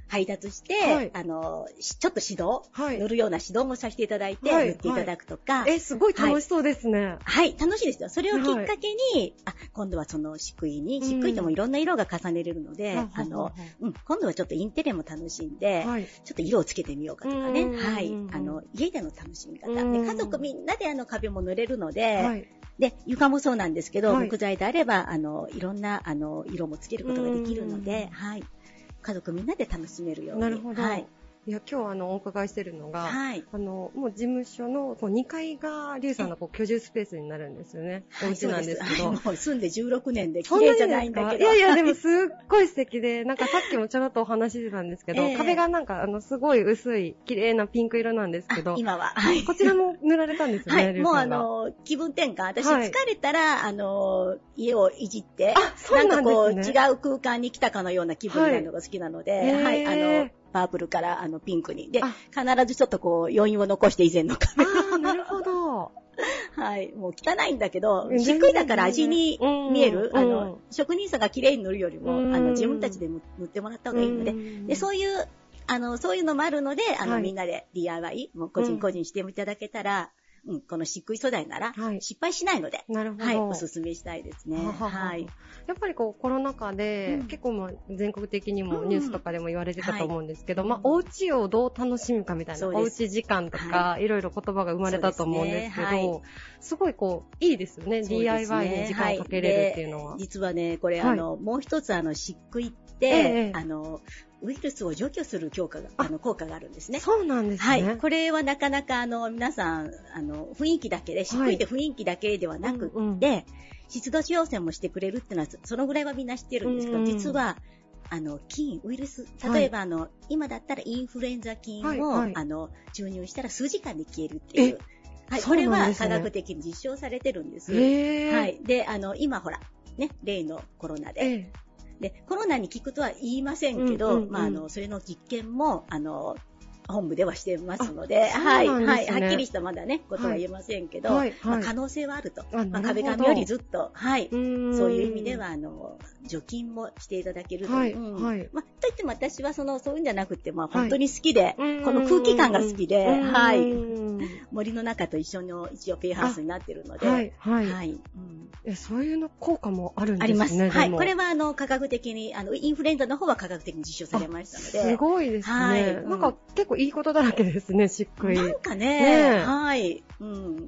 I: 配達して、はい、あの、ちょっと指導、はい、乗るような指導もさせていただいて、はい、乗っていただくとか。
B: はい、え、すごい楽しそうですね、はい。
I: はい、楽しいですよ。それをきっかけに、はい、あ、今度はその漆喰に、漆喰でもいろんな色が重ねれるので、うん、あの、うん、今度はちょっとインテリアも楽しんで、はい、ちょっと色をつけてみようかとかね。はい。あの、家での楽しみ方。で、家族みんなであの壁も塗れるので、はい、で、床もそうなんですけど、はい、木材であれば、あの、いろんな、あの、色もつけることができるので、はい。家族みんなで楽しめるように。
B: なるほど。はい。いや、今日あの、お伺いしてるのが、はい、あの、もう事務所のこうにかいがリュウさんのこう居住スペースになるんですよね。お家なんですけど。
I: はい、もう住んでじゅうろくねんで綺麗じゃないんだけど。
B: いやいや、でもすっごい素敵で、なんかさっきもちょろっとお話ししてたんですけど、えー、壁がなんかあの、すごい薄い綺麗なピンク色なんですけど。
I: 今は。
B: はい。こちらも塗られたんですよね、
I: はい、もうあの、気分転換。私疲れたら、はい、あの、家をいじって、
B: あ、そうなんですね。なんかこう、
I: 違う空間に来たかのような気分になるのが好きなので、はい、はい、あの、パープルからあのピンクに。で、必ずちょっとこう余韻を残して以前の壁を。
B: ああ、なるほど。
I: はい。もう汚いんだけど、漆喰だから味に見える、あの、職人さんが綺麗に塗るよりも、あの、自分たちで塗ってもらった方がいいので、で、そういう、あの、そういうのもあるので、あの、はい、みんなで ディーアイワイ、もう個人個人していただけたら、うん、この漆喰素材なら失敗しないので、
B: なるほど、
I: はい、おすすめしたいですね。ははは
B: はい。やっぱりこうコロナ禍で、うん、結構もう全国的にもニュースとかでも言われてたと思うんですけど、うん、まあお家をどう楽しむかみたいな、お家時間とか、はい、いろいろ言葉が生まれたと思うんですけど、すね、はい、すごいこういいですよね。ディーアイワイ に時間をかけれるっていうのは。
I: はい、実はね、これ、はい、あのもう一つあの漆喰って、えー、あのウイルスを除去する効果が、あの、効果があるんですね。
B: そうなんですね。
I: はい。これはなかなか、あの、皆さん、あの、雰囲気だけで、漆喰で雰囲気だけではなくって、はいうんうん、湿度調整もしてくれるっていうのは、そのぐらいはみんな知ってるんですけど、実は、あの、菌、ウイルス、例えば、はい、あの、今だったらインフルエンザ菌を、はいはい、あの、注入したら数時間で消えるっていう。はい。これは科学的に実証されてるんです。
B: へー。
I: はい。で、あの、今ほら、ね、例のコロナで、えーで、コロナに効くとは言いませんけど、うんうんうん、まあ、あの、それの実験も、あの、本部ではしてますので、はい、はい、はっきりしたまだね、ことは言えませんけど、はいはいまあ、可能性はあると。まあ、壁紙よりずっと、はい、そういう意味では、あの、除菌もしていただけると。はい、うんはい、まあ、といっても私はその、そういうんじゃなくて、まあ、本当に好きで、はい、この空気感が好きで、はい、森の中と一緒の一応ペイハウスになってるので、はい、はい、はいうん、
B: え。そういうの効果もあるんですね。
I: あります。はい、これはあの、科学的に、あの、インフルエンザの方は科学的に実証されましたので。
B: すごいですね。はい、なんか結構いいことだらけですね、漆喰。
I: なんかね、ねはい、うん。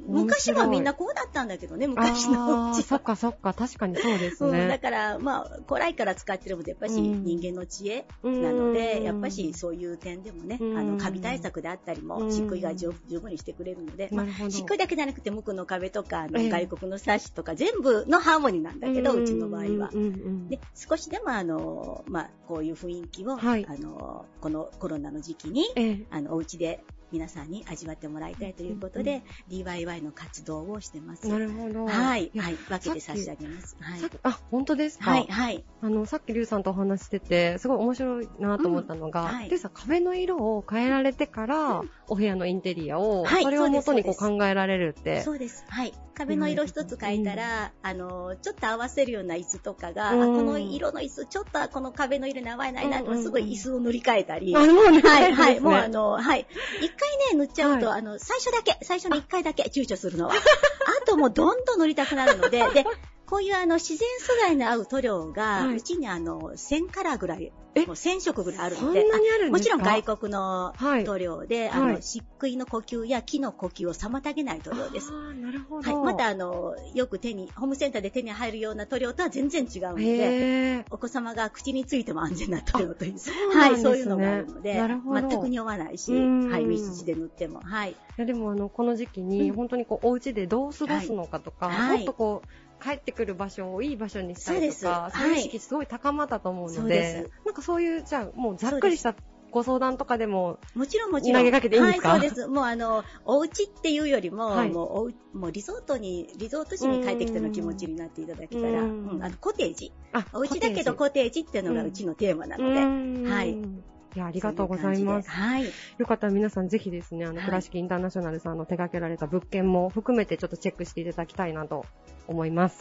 I: 昔はみんなこうだったんだけどね、昔のうちは。
B: そっかそっか、確かにそうですね。
I: うん、だから、まあ、古来から使ってるので、やっぱし人間の知恵なので、うん、やっぱしそういう点でもね、うん、あの、カビ対策であったりも、漆喰が十分にしてくれるので、まあ、漆喰だけじゃなくて、無垢の壁とか、あの外国のサッシとか、全部のハーモニーなんだけど、うちの場合は。で、少しでもあの、まあ、こういう雰囲気を、はい、あの、このコロナの時期に、あの、お家で、皆さんに味わってもらいたいということで、うん、ディーアイワイ の活動をしてます。
B: なるほど。
I: はい。はい。分けて差し上げます。
B: はい。あ、本当ですか？
I: はい。はい。
B: あの、さっきリュウさんとお話してて、すごい面白いなと思ったのが、うんはい、リュウさん壁の色を変えられてから、うん、お部屋のインテリアを、はい、それをもとにこう考えられるって。
I: そうです。はい。壁の色一つ変えたら、うん、あの、ちょっと合わせるような椅子とかが、うん、あこの色の椅子、ちょっとこの壁の色に合わないなとか、すごい椅子を塗り替えたり。
B: あ、もうね。
I: はい、はい。もうあの、はい。一回ね、塗っちゃうと、はい、あの、最初だけ、最初の一回だけ躊躇するのは。あともうどんどん塗りたくなるので、で、こういうあの自然素材の合う塗料が、はい、うちにあのせんカラーぐらい、もうせんしょくぐらいあるので、
B: そんなにあるんですか？
I: もちろん外国の塗料で、はい、あの漆喰の呼吸や木の呼吸を妨げない塗料です。
B: あ、なるほ
I: ど。はい、またあのよく手にホームセンターで手に入るような塗料とは全然違うので、お子様が口についても安全な塗料という、
B: そうなんですね、
I: はい、そういうのがあるので、
B: なるほど、
I: 全く匂わないし、はい、密室で塗っても、はい。い
B: やでもあのこの時期に本当にこうお家でどう過ごすのかとか、はい、もっとこう帰ってくる場所をいい場所にしたりとか、そういう意識すごい高まったと思うので、はい、なんかそういうじゃあもうざっくりしたご相談とかでも
I: もちろんもちろん
B: 投げかけていいんですか？
I: はい、そうです。もうあのお家っていうよりも、はい、もうおもうリゾートにリゾート地に帰ってきたような気持ちになっていただけたら、うんうん、あのコテージ、あ、お家だけどコテージっていうのがうちのテーマなので、うん、はい。
B: いや、ありがとうございます。
I: はい。
B: よかったら皆さんぜひですね、あの、倉敷インターナショナルさんの手掛けられた物件も含めてちょっとチェックしていただきたいなと思います。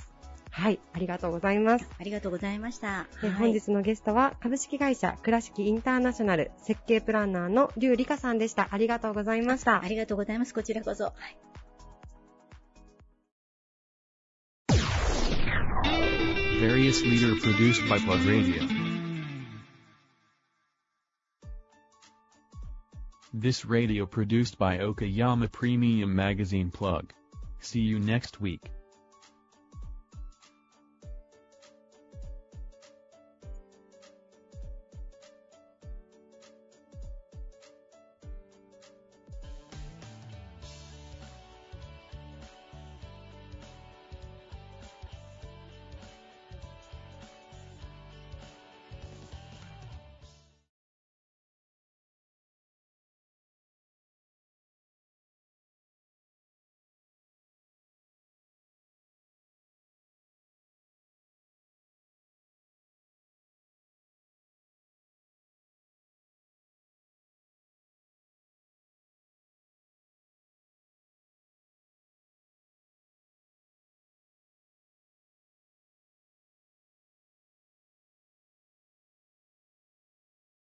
B: はい、ありがとうございます。
I: ありがとうございました。
B: はい、本日のゲストは株式会社倉敷インターナショナル設計プランナーの劉理香さんでした。ありがとうございました。
I: ありがとうございます。こちらこそ。はい、
C: Various Leader produced by Plug Radio. This radio produced by Okayama Premium Magazine Plug. See you next week.